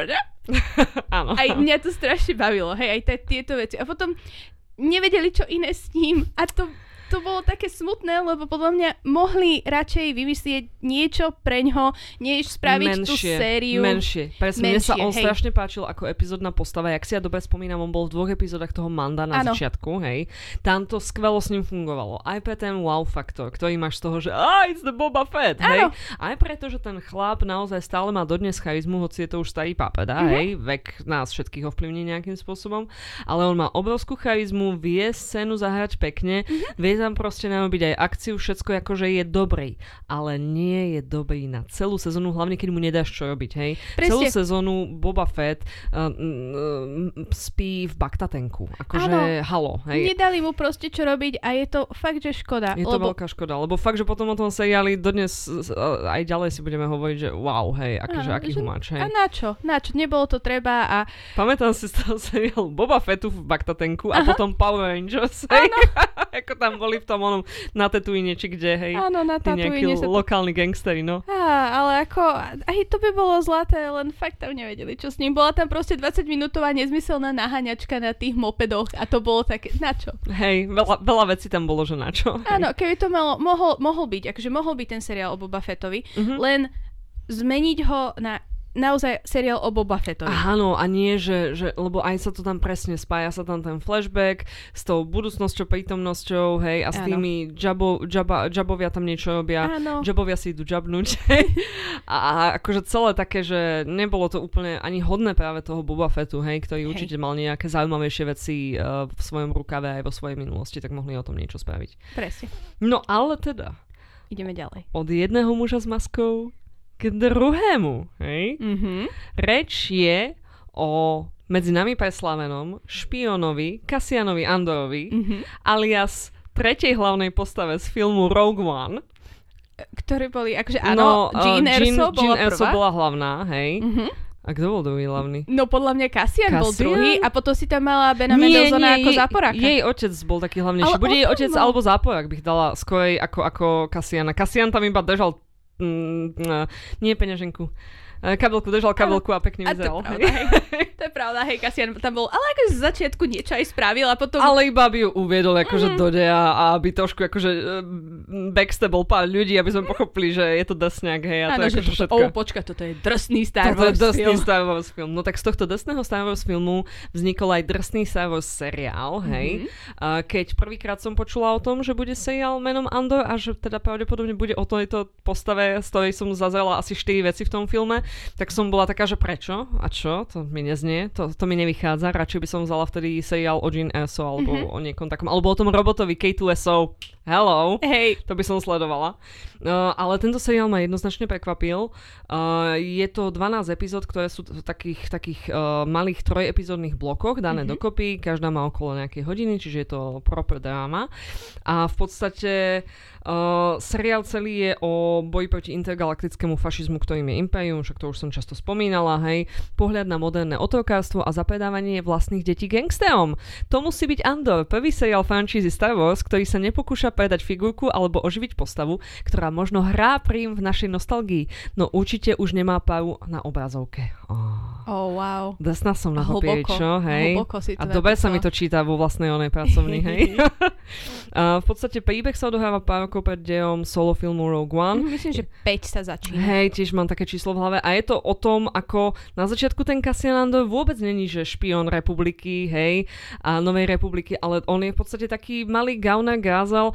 Áno. Aj mňa to strašne bavilo, hej, aj t- tieto veci. A potom nevedeli, čo iné s ním a to, to bolo také smutné, lebo podľa mňa mohli radšej vymyslieť niečo preňho, než spraviť tú menšie, sériu. Menšie. Presne, mne sa Menšie, on hej. strašne páčil ako epizódna postava. Jak si ja dobre spomínam, on bol v dvoch epizódach toho Manda na Áno. začiatku, hej. Tam to skvelo s ním fungovalo. Aj pre ten wow faktor, ktorý máš z toho, že ah, it's the Boba Fett, hej. Áno. Aj preto, že ten chlap naozaj stále má dodnes charizmu, hoci je to už starý papeda, Mhm. hej. Vek nás všetkých ovplyvní nejakým spôsobom. Ale on má obrovskú charizmu, vie scénu zahrať pekne, Mhm. vie tam proste narobiť aj akciu, všetko akože je dobrý. Ale nie je dobrý na celú sezónu, hlavne keď mu nedáš čo robiť, hej. Presne. Celú sezónu Boba Fett uh, uh, spí v baktatenku. Akože Áno. halo, hej. Nedali mu proste čo robiť a je to fakt, že škoda. Je to lebo... veľká škoda, lebo fakt, že potom o tom seriáli dodnes uh, aj ďalej si budeme hovoriť, že wow, hej, akože Áno, aký že- humáč, hej. A na čo? Na čo? Nebolo to treba a Pamätám si z toho seriálu Boba Fettu v baktatenku a potom Power Rangers, hej. Ako tam boli v tom onom na Tatooine, či kde, hej. áno, na Tí nejakí Tatooine sa to... lokálni gangsteri, no. Á, ale ako, aj to by bolo zlaté, len fakt tam nevedeli, čo s ním. Bola tam proste dvadsaťminútová nezmyselná naháňačka na tých mopedoch a to bolo také, na čo? Hej, veľa, veľa vecí tam bolo, že na čo. hej. Áno, keby to malo, mohol, mohol byť, akože mohol byť ten seriál o Boba Fettovi, Mhm. len zmeniť ho na naozaj seriál o Boba Fettovi. Áno, a nie, že, že, lebo aj sa to tam presne spája sa tam ten flashback s tou budúcnosťou, prítomnosťou, hej, a s Áno. tými jabo, jaba, jabovia tam niečo robia. Áno. Jabovia si idú jabnúť. hej. a, a akože celé také, že nebolo to úplne ani hodné práve toho Boba Fettu, hej, ktorý Hej. určite mal nejaké zaujímavejšie veci uh, v svojom rukave aj vo svojej minulosti, tak mohli o tom niečo spraviť. Presne. No ale teda, Ideme ďalej. od jedného muža s maskou k druhému, hej? Mhm. Reč je o medzi nami preslávenom špionovi Cassianovi Andorovi, Mhm. alias tretej hlavnej postave z filmu Rogue One. Ktorí boli, akože áno, No, Jean uh, Erso bola Jean Erso prvá. bola hlavná, hej. Mhm. A kto bol druhý hlavný? No podľa mňa Cassian, bol Cassian? druhý a potom si tam mala Bena Mendelsona ako jej, záporáka. jej otec bol taký hlavnejší. Ale Bude on jej tam otec bol. alebo záporák bych dala skorej ako, ako Cassiana. Cassian tam iba držal mm, mm, nie peňaženku. E, Kabelku, držal kabelku a pekne A to je vyzeral. pravda, hej. To je pravda, hej, Cassian tam bol, ale akože z začiatku niečo aj spravil a potom... Ale iba by ju uviedol akože Mhm. do deja a aby trošku akože e, backstabol pár ľudí, aby sme pochopili, že je to drsňák, hej, a to Áno, je že akože toto, všetko. oh, počka, toto je drsný Star Toto je Wars drsný film. Star Wars film. No tak z tohto drsného Star Wars filmu vznikol aj drsný Star Wars seriál, hej. Mhm. A keď prvýkrát som počula o tom, že bude seriál menom Andor a že teda pravdepodobne bude o tejto postave, z ktorej som zazrela asi štyri veci v tom filme, tak som bola taká, že prečo? A čo? To mi neznie, to, to mi nevychádza. Radšej by som vzala vtedy seriál o Jean Erso alebo Mhm. o niekom takom, alebo o tom robotovi K two S O. hello, Hej. to by som sledovala. Uh, ale tento seriál ma jednoznačne prekvapil. Uh, je to dvanásť epizód, ktoré sú v takých, takých uh, malých trojepizódnych blokoch dané mm-hmm. dokopy. Každá má okolo nejakej hodiny, čiže je to proper drama. A v podstate uh, seriál celý je o boji proti intergalaktickému fašizmu, ktorým je Imperium, však to už som často spomínala, hej. Pohľad na moderné otrokárstvo a zapredávanie vlastných detí gangsterom. To musí byť Andor, prvý seriál franšízy Star Wars, ktorý sa nepokúša predať figurku alebo oživiť postavu, ktorá možno hrá príjm v našej nostalgii, no určite už nemá paru na obrazovke. Oh. Oh, wow. Desná som na papieri, čo? Hej. Hlboko si to a dobre sa mi to číta vo vlastnej onej pracovni, hej. uh, v podstate príbeh sa odohráva pár rokov pred dejom solo filmu Rogue One. Myslím, že päť sa začína. Hej, tiež mám také číslo v hlave. A je to o tom, ako na začiatku ten Cassian Andor vôbec není, že špión republiky, hej, a Novej republiky, ale on je v podstate taký malý gauner grázel uh,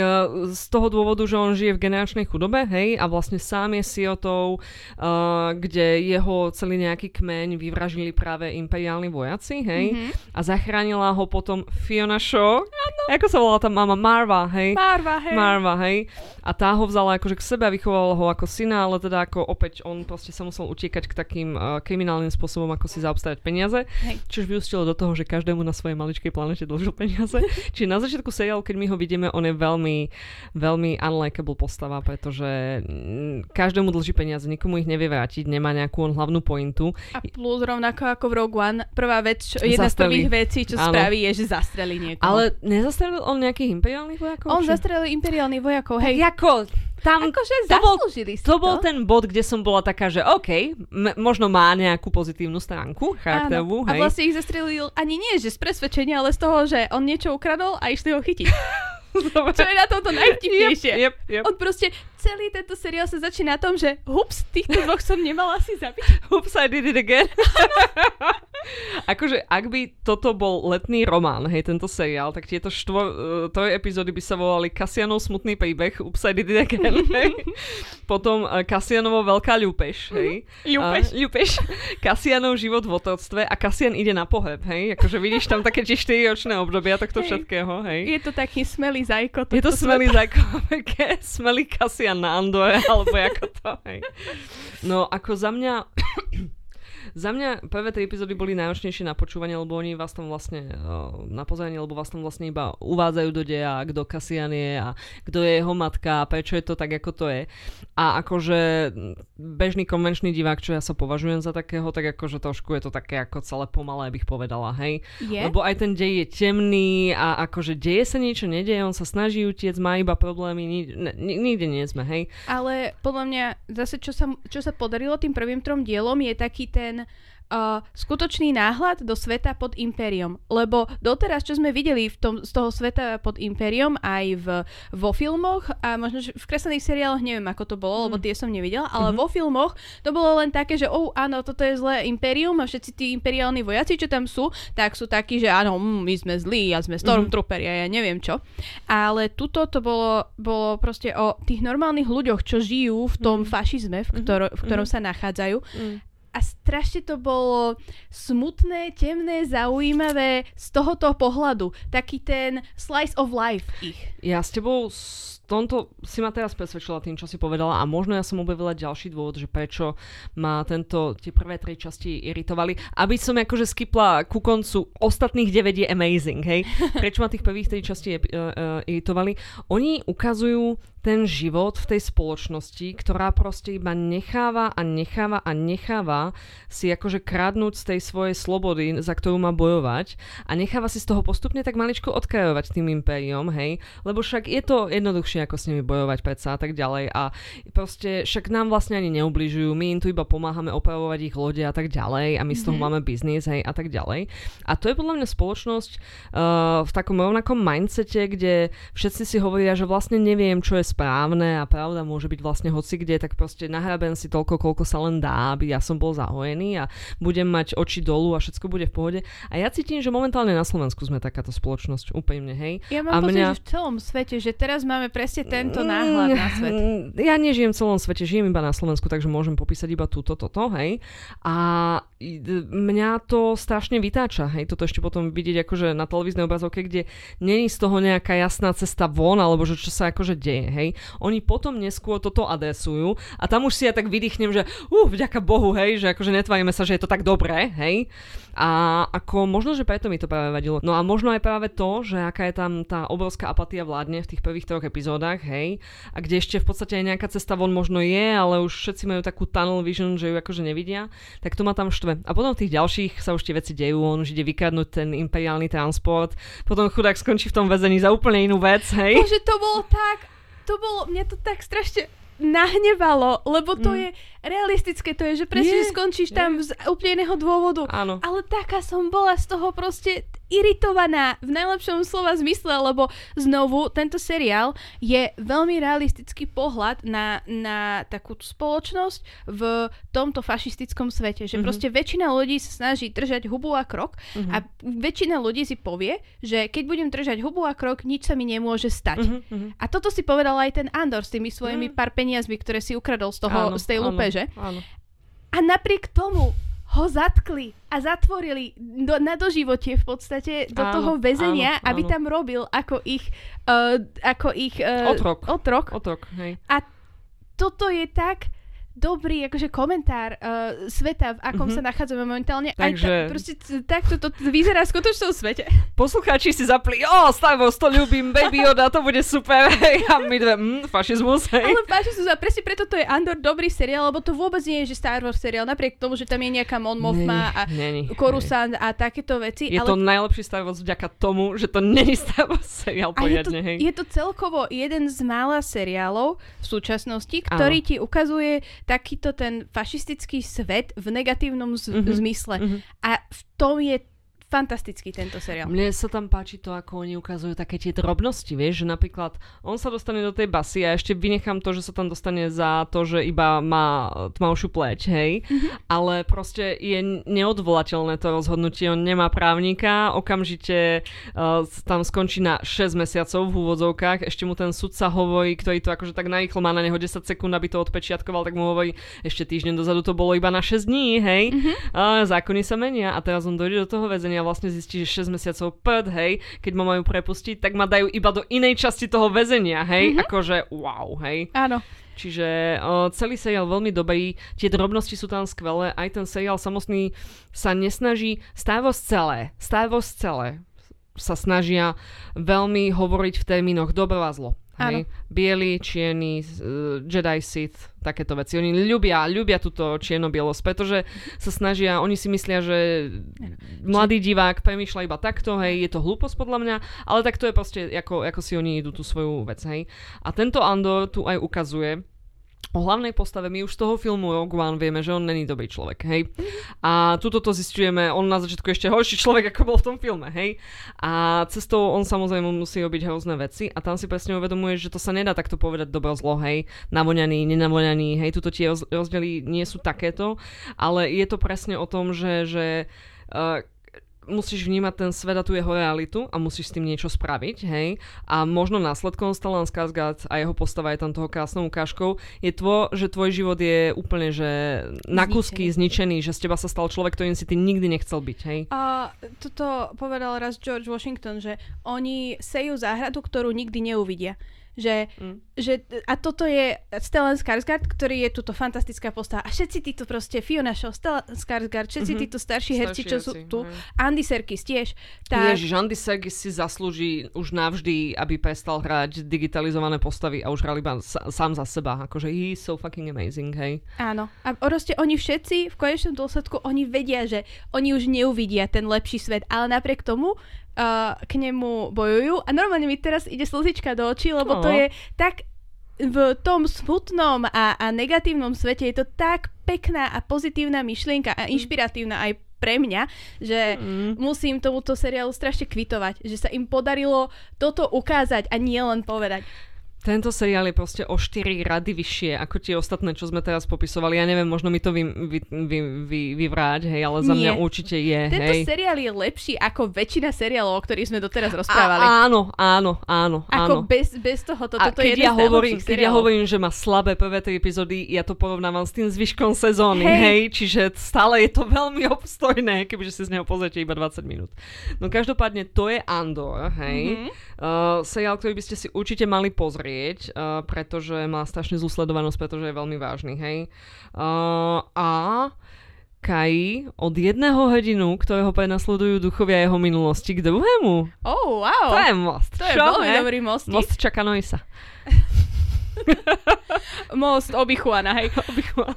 z toho dôvodu, že on žije v generačnej chudobe, hej, a vlastne sám je sirotou, uh, kde jeho celý nejaký kmeň vyvražili práve imperiálni vojaci, hej, mm-hmm. a zachránila ho potom Fiona Shaw. Ano. Ako sa volala tá mama? Marva, hej. Marva, hej. Marva, hej. A tá ho vzala akože k sebe a vychovala ho ako syna, ale teda ako opäť on proste sa musel utiekať k takým uh, kriminálnym spôsobom, ako si zaobstarať peniaze. Hej. Čiže vyústilo do toho, že každému na svojej maličkej planete dlžil peniaze. Čiže na začiatku seriálu, keď my ho vidíme, on je veľmi, veľmi unlikable postava, pretože každému dlží peniaze, nikomu ich nevie vrátiť, nemá nejakú on hlavnú pointu. A plus rovnako ako v Rogue One, prvá vec, čo, jedna zastrelí. z prvých vecí, čo áno. spraví, je, že zastrelí niekoho. Ale nezastrelil on nejakých imperiálnych vojakov? On či? zastrelil imperiálnych vojakov, hej. Jako, tam, akože to bol, zaslúžili si to. To bol ten bod, kde som bola taká, že OK, m- možno má nejakú pozitívnu stránku, charakterovú, hej. A vlastne ich zastrelil ani nie, že z presvedčenia, ale z toho, že on niečo ukradol a išli ho chytiť. Čo je na tomto najvtipnejšie. Yep, yep, yep. On proste, celý tento seriál sa začína na tom, že hups, týchto dvoch som nemala si zabiť. Hups, I did it again. Akože, ak by toto bol letný román, hej, tento seriál, tak tieto štvor, uh, troj epizódy by sa volali Cassianov smutný príbeh, Ups, I did it again, hej. Potom uh, Cassianovo veľká ľúpež, hej. Ľúpež. Uh, ľúpež. Cassianov život v otroctve a Cassian ide na pohreb, hej. Akože vidíš tam také tie štyriročné obdobia tohto hej. všetkého, hej. Je to taký smelý zajko. Je to smelý zajko, smelý Cassian na Andore, alebo ako to, hej. No, ako za mňa... Za mňa prvé tri epizódy boli najročnejšie na počúvanie, lebo oni vás tam vlastne uh, na pozeranie, lebo vás tam vlastne iba uvádzajú do deja, kto Cassian je a kto je jeho matka a prečo je to tak, ako to je. A akože bežný konvenčný divák, čo ja sa považujem za takého, tak akože trošku je to také ako celé pomalé, bych povedala, hej. Je? Lebo aj ten dej je temný a akože deje sa niečo, nedeje, on sa snaží utiec, má iba problémy, ni- ni- nikde nie sme, hej. Ale podľa mňa zase, čo sa, čo sa podarilo tým prvým trom dielom, je taký ten Uh, skutočný náhľad do sveta pod Impériom. Lebo doteraz, čo sme videli v tom, z toho sveta pod Impériom aj v, vo filmoch a možno v kreslených seriáloch, neviem ako to bolo, mm. lebo tie som nevidela, ale mm-hmm. vo filmoch to bolo len také, že oh, áno, toto je zlé Impérium a všetci tí imperiálni vojaci, čo tam sú, tak sú takí, že áno, mm, my sme zlí a sme Stormtrooperi a ja neviem čo. Ale tuto to bolo, bolo proste o tých normálnych ľuďoch, čo žijú v tom mm. fašizme, v, ktoro, v ktorom mm. sa nachádzajú. Mm. A strašne to bolo smutné, temné, zaujímavé z tohoto pohľadu. Taký ten slice of life ich. Ja s tebou s tomto si ma teraz presvedčila tým, čo si povedala a možno ja som objavila ďalší dôvod, že prečo ma tento, tie prvé tri časti iritovali. Aby som akože skipla ku koncu, ostatných deväť je amazing, hej. Prečo ma tých prvých tri časti uh, uh, iritovali? Oni ukazujú ten život v tej spoločnosti, ktorá proste iba necháva a necháva a necháva si akože kradnúť z tej svojej slobody, za ktorú má bojovať a necháva si z toho postupne tak maličko odkrajovať tým impériom, hej, lebo však je to jednoduchšie ako s nimi bojovať predsa a tak ďalej a proste však nám vlastne ani neubližujú, my im tu iba pomáhame opravovať ich lode a tak ďalej a my z toho mm-hmm. máme biznis, hej, a tak ďalej. A to je podľa mňa spoločnosť uh, v takom rovnakom mindsete, kde všetci si hovoria, že vlastne neviem, čo je správne a pravda môže byť vlastne hocikde, tak proste nahrabem si toľko, koľko sa len dá, aby ja som bol zahojený a budem mať oči dolu a všetko bude v pohode. A ja cítim, že momentálne na Slovensku sme takáto spoločnosť, úplne, hej. Ja mám a pocit, mňa... že v celom svete, že teraz máme presne tento náhľad na svet. Ja nežijem v celom svete, žijem iba na Slovensku, takže môžem popísať iba túto, toto, hej. A mňa to strašne vytáča, hej, toto ešte potom vidieť akože na televíznej obrazovke, kde není z toho nejaká jasná cesta von, alebo že čo sa akože deje, hej. Oni potom neskôr toto adresujú a tam už si ja tak vydýchnem, že uh, vďaka Bohu, hej, že akože netvárime sa, že je to tak dobré, hej. A ako možno, že preto mi to práve vadilo. No a možno aj práve to, že aká je tam tá obrovská apatia vládne v tých prvých troch epizódach, hej, a kde ešte v podstate aj nejaká cesta von možno je, ale už všetci majú takú tunnel vision, že ju akože nevidia, tak to ma tam štve. A potom v tých ďalších sa už tie veci dejú, on už ide vykradnúť ten imperiálny transport, potom chudák skončí v tom väzení za úplne inú vec, hej. Bože, to bolo tak, to bolo, mňa to tak strašne nahnevalo, lebo to mm. je realistické, to je, že presne je, skončíš je. tam z úplne iného dôvodu. Áno. Ale taká som bola z toho proste iritovaná v najlepšom slova zmysle, lebo znovu tento seriál je veľmi realistický pohľad na, na takú spoločnosť v tomto fašistickom svete, že mm-hmm. proste väčšina ľudí sa snaží držať hubu a krok mm-hmm. a väčšina ľudí si povie, že keď budem držať hubu a krok, nič sa mi nemôže stať. Mm-hmm. A toto si povedal aj ten Andor s tými svojimi mm. pár peniazmi, ktoré si ukradol z toho, áno, z tej lúpeže. Áno. A napriek tomu ho zatkli a zatvorili do, na doživotie v podstate do áno, toho väzenia, áno, aby áno. tam robil ako ich uh, ako ich uh, otrok. otrok. Otrok, hej. A toto je tak dobrý akože komentár uh, sveta, v akom mm-hmm. sa nachádzame momentálne. Takže... Aj ta, proste takto to vyzerá v skutočnom svete. Poslucháči si zapli, o, Star Wars, to ľúbim, Baby Yoda, to bude super. A my dve, mm, fašizmus, hej. Ale fašizmus, a presne preto to je Andor dobrý seriál, lebo to vôbec nie je, že Star Wars seriál, napriek tomu, že tam je nejaká Mon Mothma a Coruscant a takéto veci. Je ale... to najlepší Star Wars vďaka tomu, že to nie je Star Wars seriál poriadne, hej. Je to celkovo jeden z mála seriálov v súčasnosti, ktorý áno. ti ukazuje takýto ten fašistický svet v negatívnom z- mm-hmm. zmysle. Mm-hmm. A v tom je fantastický tento seriál. Mne sa tam páči to, ako oni ukazujú také tie drobnosti, vieš, že napríklad on sa dostane do tej basy a ešte vynechám to, že sa tam dostane za to, že iba má tmavšiu pleť, hej, mm-hmm. ale proste je neodvolateľné to rozhodnutie, on nemá právnika, okamžite uh, tam skončí na šesť mesiacov v úvodzovkách, ešte mu ten sudca hovorí, ktorý to akože tak narýchlo má na neho desať sekúnd, aby to odpečiatkoval, tak mu hovorí, ešte týždeň dozadu to bolo iba na šesť dní, hej, mm-hmm. a zákony sa menia a teraz on dojde do toho väzenia a vlastne zistí, že šesť mesiacov prd, hej, keď ma majú prepustiť, tak ma dajú iba do inej časti toho väzenia, hej, mm-hmm. akože wow, hej. Áno. Čiže o, celý seriál veľmi dobrý, tie drobnosti sú tam skvelé, aj ten seriál samotný sa nesnaží, Star Wars celé, Star Wars celé sa snažia veľmi hovoriť v termínoch dobro a zlo. Hej. Bieli, čierni, uh, Jedi, Sith, takéto veci. Oni ľubia, ľubia túto čierno-bielosť, pretože sa snažia, oni si myslia, že mladý divák premýšľa iba takto, hej, je to hlúposť podľa mňa, ale tak to je proste, ako, ako si oni idú tú svoju vec, hej. A tento Andor tu aj ukazuje, o hlavnej postave my už z toho filmu Rogue One vieme, že on není dobrý človek, hej. A tuto to zisťujeme, on na začiatku ešte horší človek, ako bol v tom filme, hej. A cestou on samozrejme musí robiť hrozné veci a tam si presne uvedomuje, že to sa nedá takto povedať dobro zlo, hej. Navoňaný, nenavoňaný, hej. Tuto tie rozdiely nie sú takéto, ale je to presne o tom, že, že uh, musíš vnímať ten svet a tú jeho realitu a musíš s tým niečo spraviť, hej. A možno následkom Stellan Skarsgård a jeho postava je tam toho krásnou ukážkou, je to, že tvoj život je úplne, že na kúsky zničený, že z teba sa stal človek, ktorým si ty nikdy nechcel byť, hej. A toto povedal raz George Washington, že oni sejú záhradu, ktorú nikdy neuvidia. Že, mm. že, a toto je Stellan Skarsgård, ktorý je tuto fantastická postava. A všetci títo proste, Fiona Shaw, Stellan Skarsgård, všetci mm-hmm. títo starší herci, čo sú tu. Mm. Andy Serkis tiež. Tak... Ježiš, Andy Serkis si zaslúži už navždy, aby prestal hrať digitalizované postavy a už hral iba sa, sám za seba. Akože he is so fucking amazing, hej. Áno. A proste oni všetci v konečnom dôsledku, oni vedia, že oni už neuvidia ten lepší svet, ale napriek tomu Uh, k nemu bojujú a normálne mi teraz ide slzička do očí, lebo oh. to je tak v tom smutnom a, a negatívnom svete je to tak pekná a pozitívna myšlienka a inšpiratívna aj pre mňa, že mm. musím tomuto seriálu strašne kvitovať, že sa im podarilo toto ukázať a nie len povedať. Tento seriál je proste o štyri rady vyššie ako tie ostatné, čo sme teraz popisovali. Ja neviem, možno mi to vy, vy, vy, vy, vyvráť, hej, ale za Nie. mňa určite je. Tento hej. seriál je lepší ako väčšina seriálov, o ktorých sme doteraz rozprávali. A, áno, áno, áno. Ako áno. bez, bez toho, toto A to je keď jeden ja z hovorím, najlepších keď ja seriálov. hovorím, že má slabé prvé tri epizódy, ja to porovnávam s tým zvyškom sezóny, Hej. hej, čiže stále je to veľmi obstojné, kebyže si z neho pozriete iba dvadsať minút. No každopádne to je Andor, hej. Mm-hmm. Uh, seriál, ktorý by ste si určite mali pozrieť, uh, pretože má strašne zlú sledovanosť, pretože je veľmi vážny, hej. Uh, a Kai od jedného hrdinu, ktorého prenasledujú duchovia jeho minulosti, k druhému. Oh, wow. To je most. To je Čo, veľmi he? dobrý mostík. Most Chucka Norrisa. Most Obi-Wana, hej. Obi-Wan.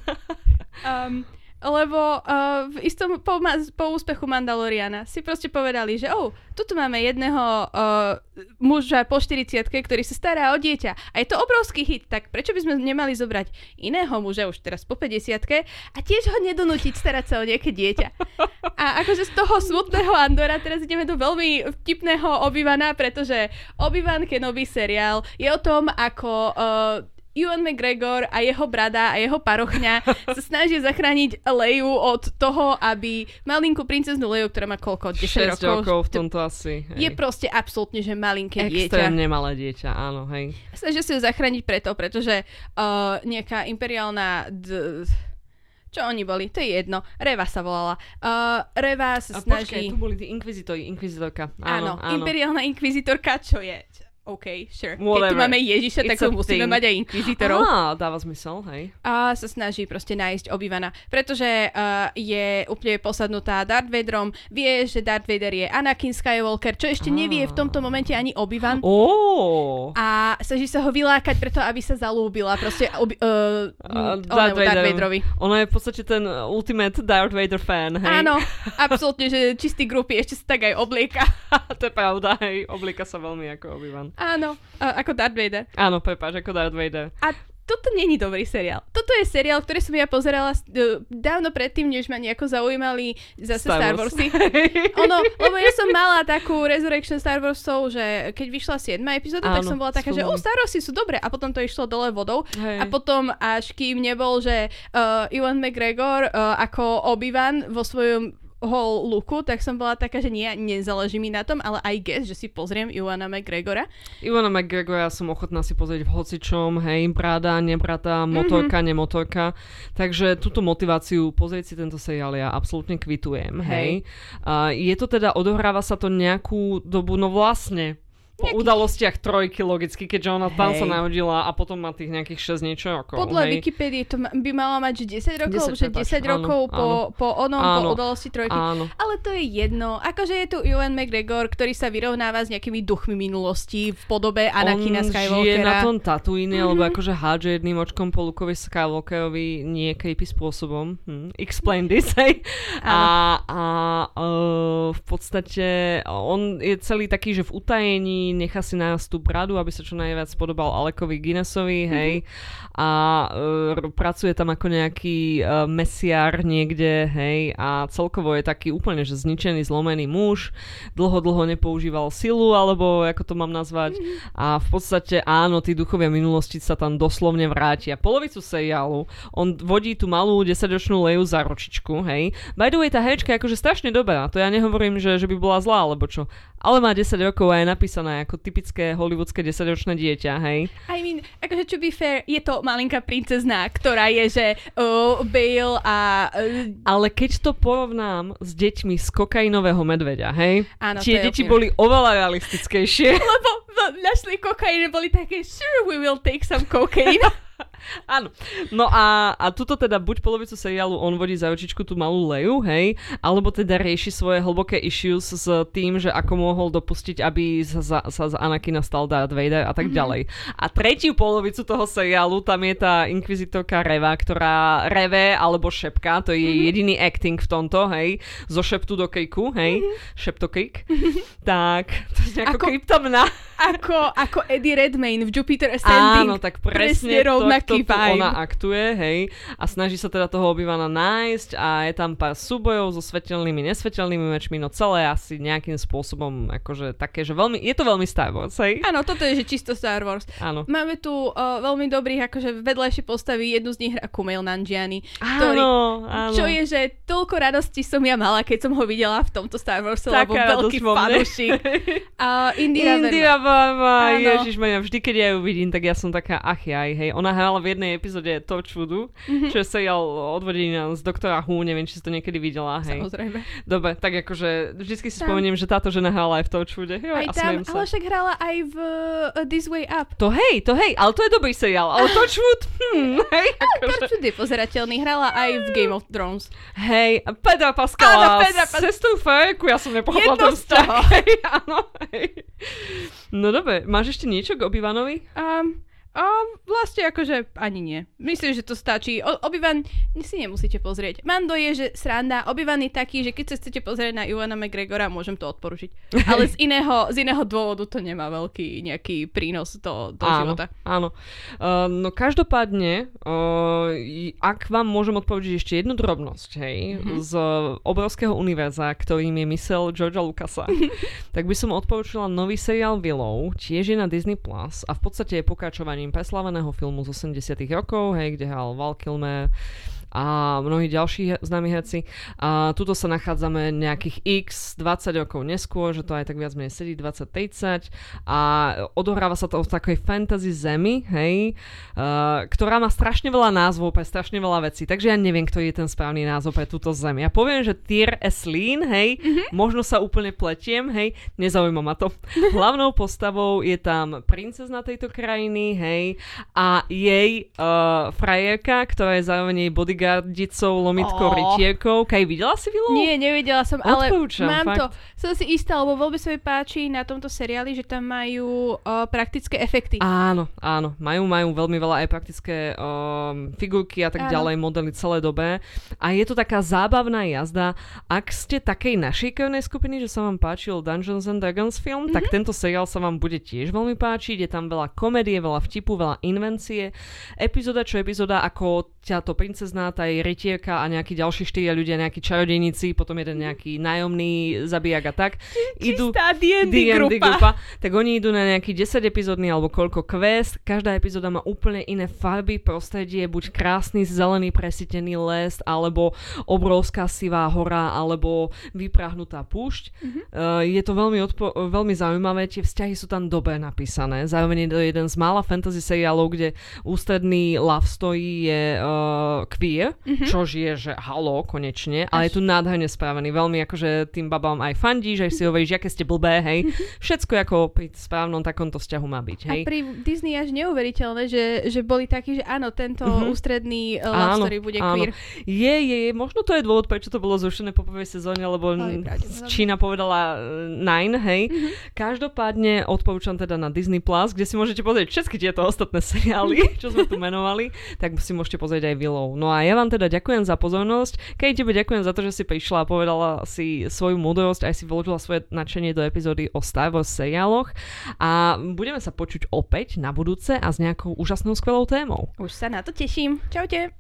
Um, lebo uh, v istom po, ma, po úspechu Mandaloriana si proste povedali, že oh, tuto máme jedného uh, muža po štyridsiatke, ktorý sa stará o dieťa. A je to obrovský hit, tak prečo by sme nemali zobrať iného muža už teraz po päťdesiatke a tiež ho nedonútiť starať sa o nejaké dieťa. A akože z toho smutného Andora teraz ideme do veľmi vtipného Obi-Wana, pretože Obi-Wan Kenobi seriál je o tom, ako Uh, Ewan McGregor a jeho brada a jeho parochňa sa snažia zachrániť Leiu od toho, aby malinkú princeznú Leiu, ktorá má koľko? desať šesť rokov. rokov v tomto asi. Hej. Je proste absolútne, že malinké dieťa. Extrémne malé dieťa, áno, hej. Snažia si ho zachrániť preto, pretože uh, nejaká imperiálna... D- čo oni boli? To je jedno. Reva sa volala. Uh, Reva sa A snaží... počkaj, tu boli tí inkvizitori, inkvizitorka. Áno, Áno, áno. imperiálna inkvizitorka, čo je... OK, sure. Whatever. Keď tu máme Ježiša, tak It's a tu musíme thing. mať aj inkvizitorov. Á, dáva zmysel, hej. A sa snaží proste nájsť Obi-Wana, pretože uh, je úplne posadnutá Darth Vaderom, vie, že Darth Vader je Anakin Skywalker, čo ešte nevie v tomto momente ani Obi-Wan. Ó. A snaží sa ho vylákať preto, aby sa zalúbila proste obi- uh, A uh, Darth Darth Vader. Vaderovi. Ona je v podstate ten ultimate Darth Vader fan, hej. Áno, absolútne, že čistý grupy ešte sa tak aj oblieka. To je pravda, hej. Oblíka sa veľmi ako Obi-Wan. Áno, uh, ako Darth Vader. Áno, prepáč, ako Darth Vader. A toto není dobrý seriál. Toto je seriál, ktorý som ja pozerala uh, dávno predtým, než ma nejako zaujímali zase Star, Star Warsy. Ono, lebo ja som mala takú Resurrection Star Warsov, že keď vyšla siedma epizóda, tak som bola taká, že oh, Star Warsy sú dobré. A potom to išlo dole vodou. Hej. A potom až kým nebol, že uh, Ewan McGregor uh, ako Obi-Wan vo svojom whole looku, tak som bola taká, že nie, nezáleží mi na tom, ale I guess, že si pozriem Ewana McGregora. Ewana McGregora som ochotná si pozrieť v hocičom, hej, brada, nebrata, motorka, mm-hmm. nemotorka. Takže túto motiváciu pozrieť si tento seriál ja absolútne kvitujem, hej. hej. Uh, je to teda, odohráva sa to nejakú dobu, no vlastne po Nejaký... udalostiach trojky logicky, keďže ona tam Hej. sa narodila a potom má tých nejakých šesť niečo rokov. Podľa hej. Wikipédie to ma- by mala mať, že desať rokov, desať, že prepáč, desať áno, rokov po, áno. po onom, Áno. po udalosti trojky. Áno. Ale to je jedno. Akože je tu Ewan McGregor, ktorý sa vyrovnáva s nejakými duchmi minulosti v podobe Anakina On Skywalkera. žije na tom Tatooine, mm-hmm. alebo akože hádže jedným očkom po Lukeovi Skywalkerovi nie creepy spôsobom. Hm. Explain this, hej. A, a uh, v podstate on je celý taký, že v utajení nechá si nájsť tú bradu, aby sa čo najviac podobal Alekovi Guinnessovi, hej. Mm-hmm. A uh, pracuje tam ako nejaký uh, mesiar niekde, hej. A celkovo je taký úplne, že zničený, zlomený muž. Dlho, dlho nepoužíval silu, alebo ako to mám nazvať. Mm-hmm. A v podstate áno, tí duchovia minulosti sa tam doslovne vrátia. Polovicu seriálu on vodí tú malú desaťročnú Leiu za ručičku, hej. By the way, tá herečka je akože strašne dobrá. To ja nehovorím, že, že by bola zlá, alebo čo. Ale má desať rokov a je napísaná ako typické hollywoodské desaťročné dieťa, hej. I mean, akože to be fair, je to malinká princezná, ktorá je, že uh, Bale a... Uh, Ale keď to porovnám s deťmi z kokainového medveďa, hej, áno, tie to deti úplne... boli oveľa realistickejšie. Lebo našli kokain boli také, sure, we will take some cocaine. Áno. No a, a tuto teda buď polovicu seriálu on vodí za očičku tú malú Leiu, hej, alebo teda rieši svoje hlboké issues s tým, že ako mohol dopustiť, aby sa, sa, sa z Anakina stal Darth Vader a tak mm-hmm. ďalej. A tretiu polovicu toho seriálu, tam je tá inkvizitorka Reva, ktorá reve alebo šepká, to je mm-hmm. jediný acting v tomto, hej, zo šeptu do kejku, hej, mm-hmm. šeptokejk. Tak, to je nejako kryptomna. ako, ako Eddie Redmayne v Jupiter Ascending. Áno, tak presne, presne rovnaký to, to, vibe. ona aktuje, hej, a snaží sa teda toho Obi-Wana nájsť a je tam pár súbojov so svetelnými, nesvetelnými mečmi, no celé asi nejakým spôsobom akože také, že veľmi, je to veľmi Star Wars, hej? Áno, toto je, že čisto Star Wars. Áno. Máme tu uh, veľmi dobrých akože vedľajšie postavy, jednu z nich hrá Kumail Nanjiani, ktorý, áno, áno. čo je, že toľko radosti som ja mala, keď som ho videla v tomto Star Wars, lebo Taká veľký fanúšik. A Indira, Indira Varma, ježišmania, vždy keď ja ju vidím, tak ja som taká ach jaj, hej. Ona hrala v jednej epizóde Torchwoodu, mm-hmm. čo je seriál odvodený z doktora Who, neviem, či si to niekedy videla, hej. Samozrejme. Dobre, tak akože vždycky si tam. spomeniem, že táto žena hrala aj v Torchwoode. Jo, aj a tam, sa. ale však hrala aj v uh, This Way Up. To hej, to hej, ale to je dobrý seriál, ale Torchwood, hm, hej. Akože. Torchwood je pozerateľný, hrala aj v Game of Thrones. Hej, Pedra Pascala, Pedra Pas- sestru Fareku, ja som nepochopila ten vzťah. Hej, áno, hej. No dobre, máš ešte niečo k Obi-Wanovi? Um, A vlastne akože ani nie. Myslím, že to stačí. O- Obi-Wan si nemusíte pozrieť. Mando je, že sranda. Obi-Wan je taký, že keď sa chcete pozrieť na Ewana McGregora, môžem to odporučiť. Ale z iného, z iného dôvodu to nemá veľký nejaký prínos do, do áno, života. Áno. Uh, no každopádne, uh, ak vám môžem odpovedať ešte jednu drobnosť, hej, mm-hmm. z obrovského univerza, ktorým je mysel Georgea Lucasa, tak by som odporúčila nový seriál Willow, tiež je na Disney Plus a v podstate je pokračovanie preslaveného filmu z osemdesiatych rokov, hej, kde hral Val Kilmer a mnohí ďalší známi herci. A tuto sa nachádzame nejakých x dvadsať rokov neskôr, že to aj tak viac menej sedí dvadsať tridsať a odohráva sa to v takej fantasy zemi, hej, uh, ktorá má strašne veľa názvov pre strašne veľa vecí, takže ja neviem, ktorý je ten správny názov pre túto zem. Ja poviem, že Tyr Eslin, hej, mm-hmm. možno sa úplne pletiem, hej, nezaujíma ma to. Hlavnou postavou je tam princezna tejto krajiny, hej, a jej uh, frajerka, ktorá je zároveň jej bodyguard gardicou, lomitkou, oh. rytierkou. Kaj, videla si Willow? Nie, nevidela som, ale Odporúčam, mám fakt. to. Som si istá, lebo veľmi sa mi páči na tomto seriáli, že tam majú uh, praktické efekty. Áno, áno. Majú, majú veľmi veľa aj praktické um, figurky a tak áno. ďalej, modely celé dobe. A je to taká zábavná jazda. Ak ste takej našej krvnej skupiny, že sa vám páčil Dungeons and Dragons film, mm-hmm. tak tento seriál sa vám bude tiež veľmi páčiť. Je tam veľa komédie, veľa vtipu, veľa invencie. Epizóda čo epizóda, ako táto princezná, tá jej rytierka a nejakí ďalší štyria ľudia, nejakí čarodejníci, potom jeden nejaký nájomný zabijak a tak. Čistá dé end dé grupa. grupa. Tak oni idú na nejaký desať epizódny alebo koľko quest. Každá epizóda má úplne iné farby, prostredie, buď krásny zelený presítený les, alebo obrovská sivá hora, alebo vyprahnutá púšť. Mm-hmm. Uh, je to veľmi, odpo- veľmi zaujímavé, tie vzťahy sú tam dobre napísané. Zároveň je to jeden z mála fantasy seriálov, kde ústredný love story je uh, queer, mm-hmm. čož je, že halo, konečne, ale Až... je tu nádherne spravený. Veľmi akože tým babám aj fandíš, aj si hovoríš, aké ste blbé, hej. Všetko ako pri správnom takomto vzťahu má byť, hej. A pri Disney až neuveriteľné, že, že boli takí, že áno, tento mm-hmm. ústredný uh, love áno, story bude áno. queer. Je, je, je. Možno to je dôvod, prečo to bolo zrušené po prvej sezóne, lebo n- Čína povedala nine, hej. Mm-hmm. Každopádne odporúčam teda na Disney Plus, kde si môžete pozrieť všetky tieto ostatné seriály, čo sme tu menovali, tak si môžete pozrieť aj Willow. No a ja vám teda ďakujem za pozornosť. Keď tebe ďakujem za to, že si prišla a povedala si svoju múdrosť, aj si vložila svoje nadšenie do epizódy o Star Wars seriáloch a budeme sa počuť opäť na budúce a s nejakou úžasnou skvelou témou. Už sa na to teším. Čaute.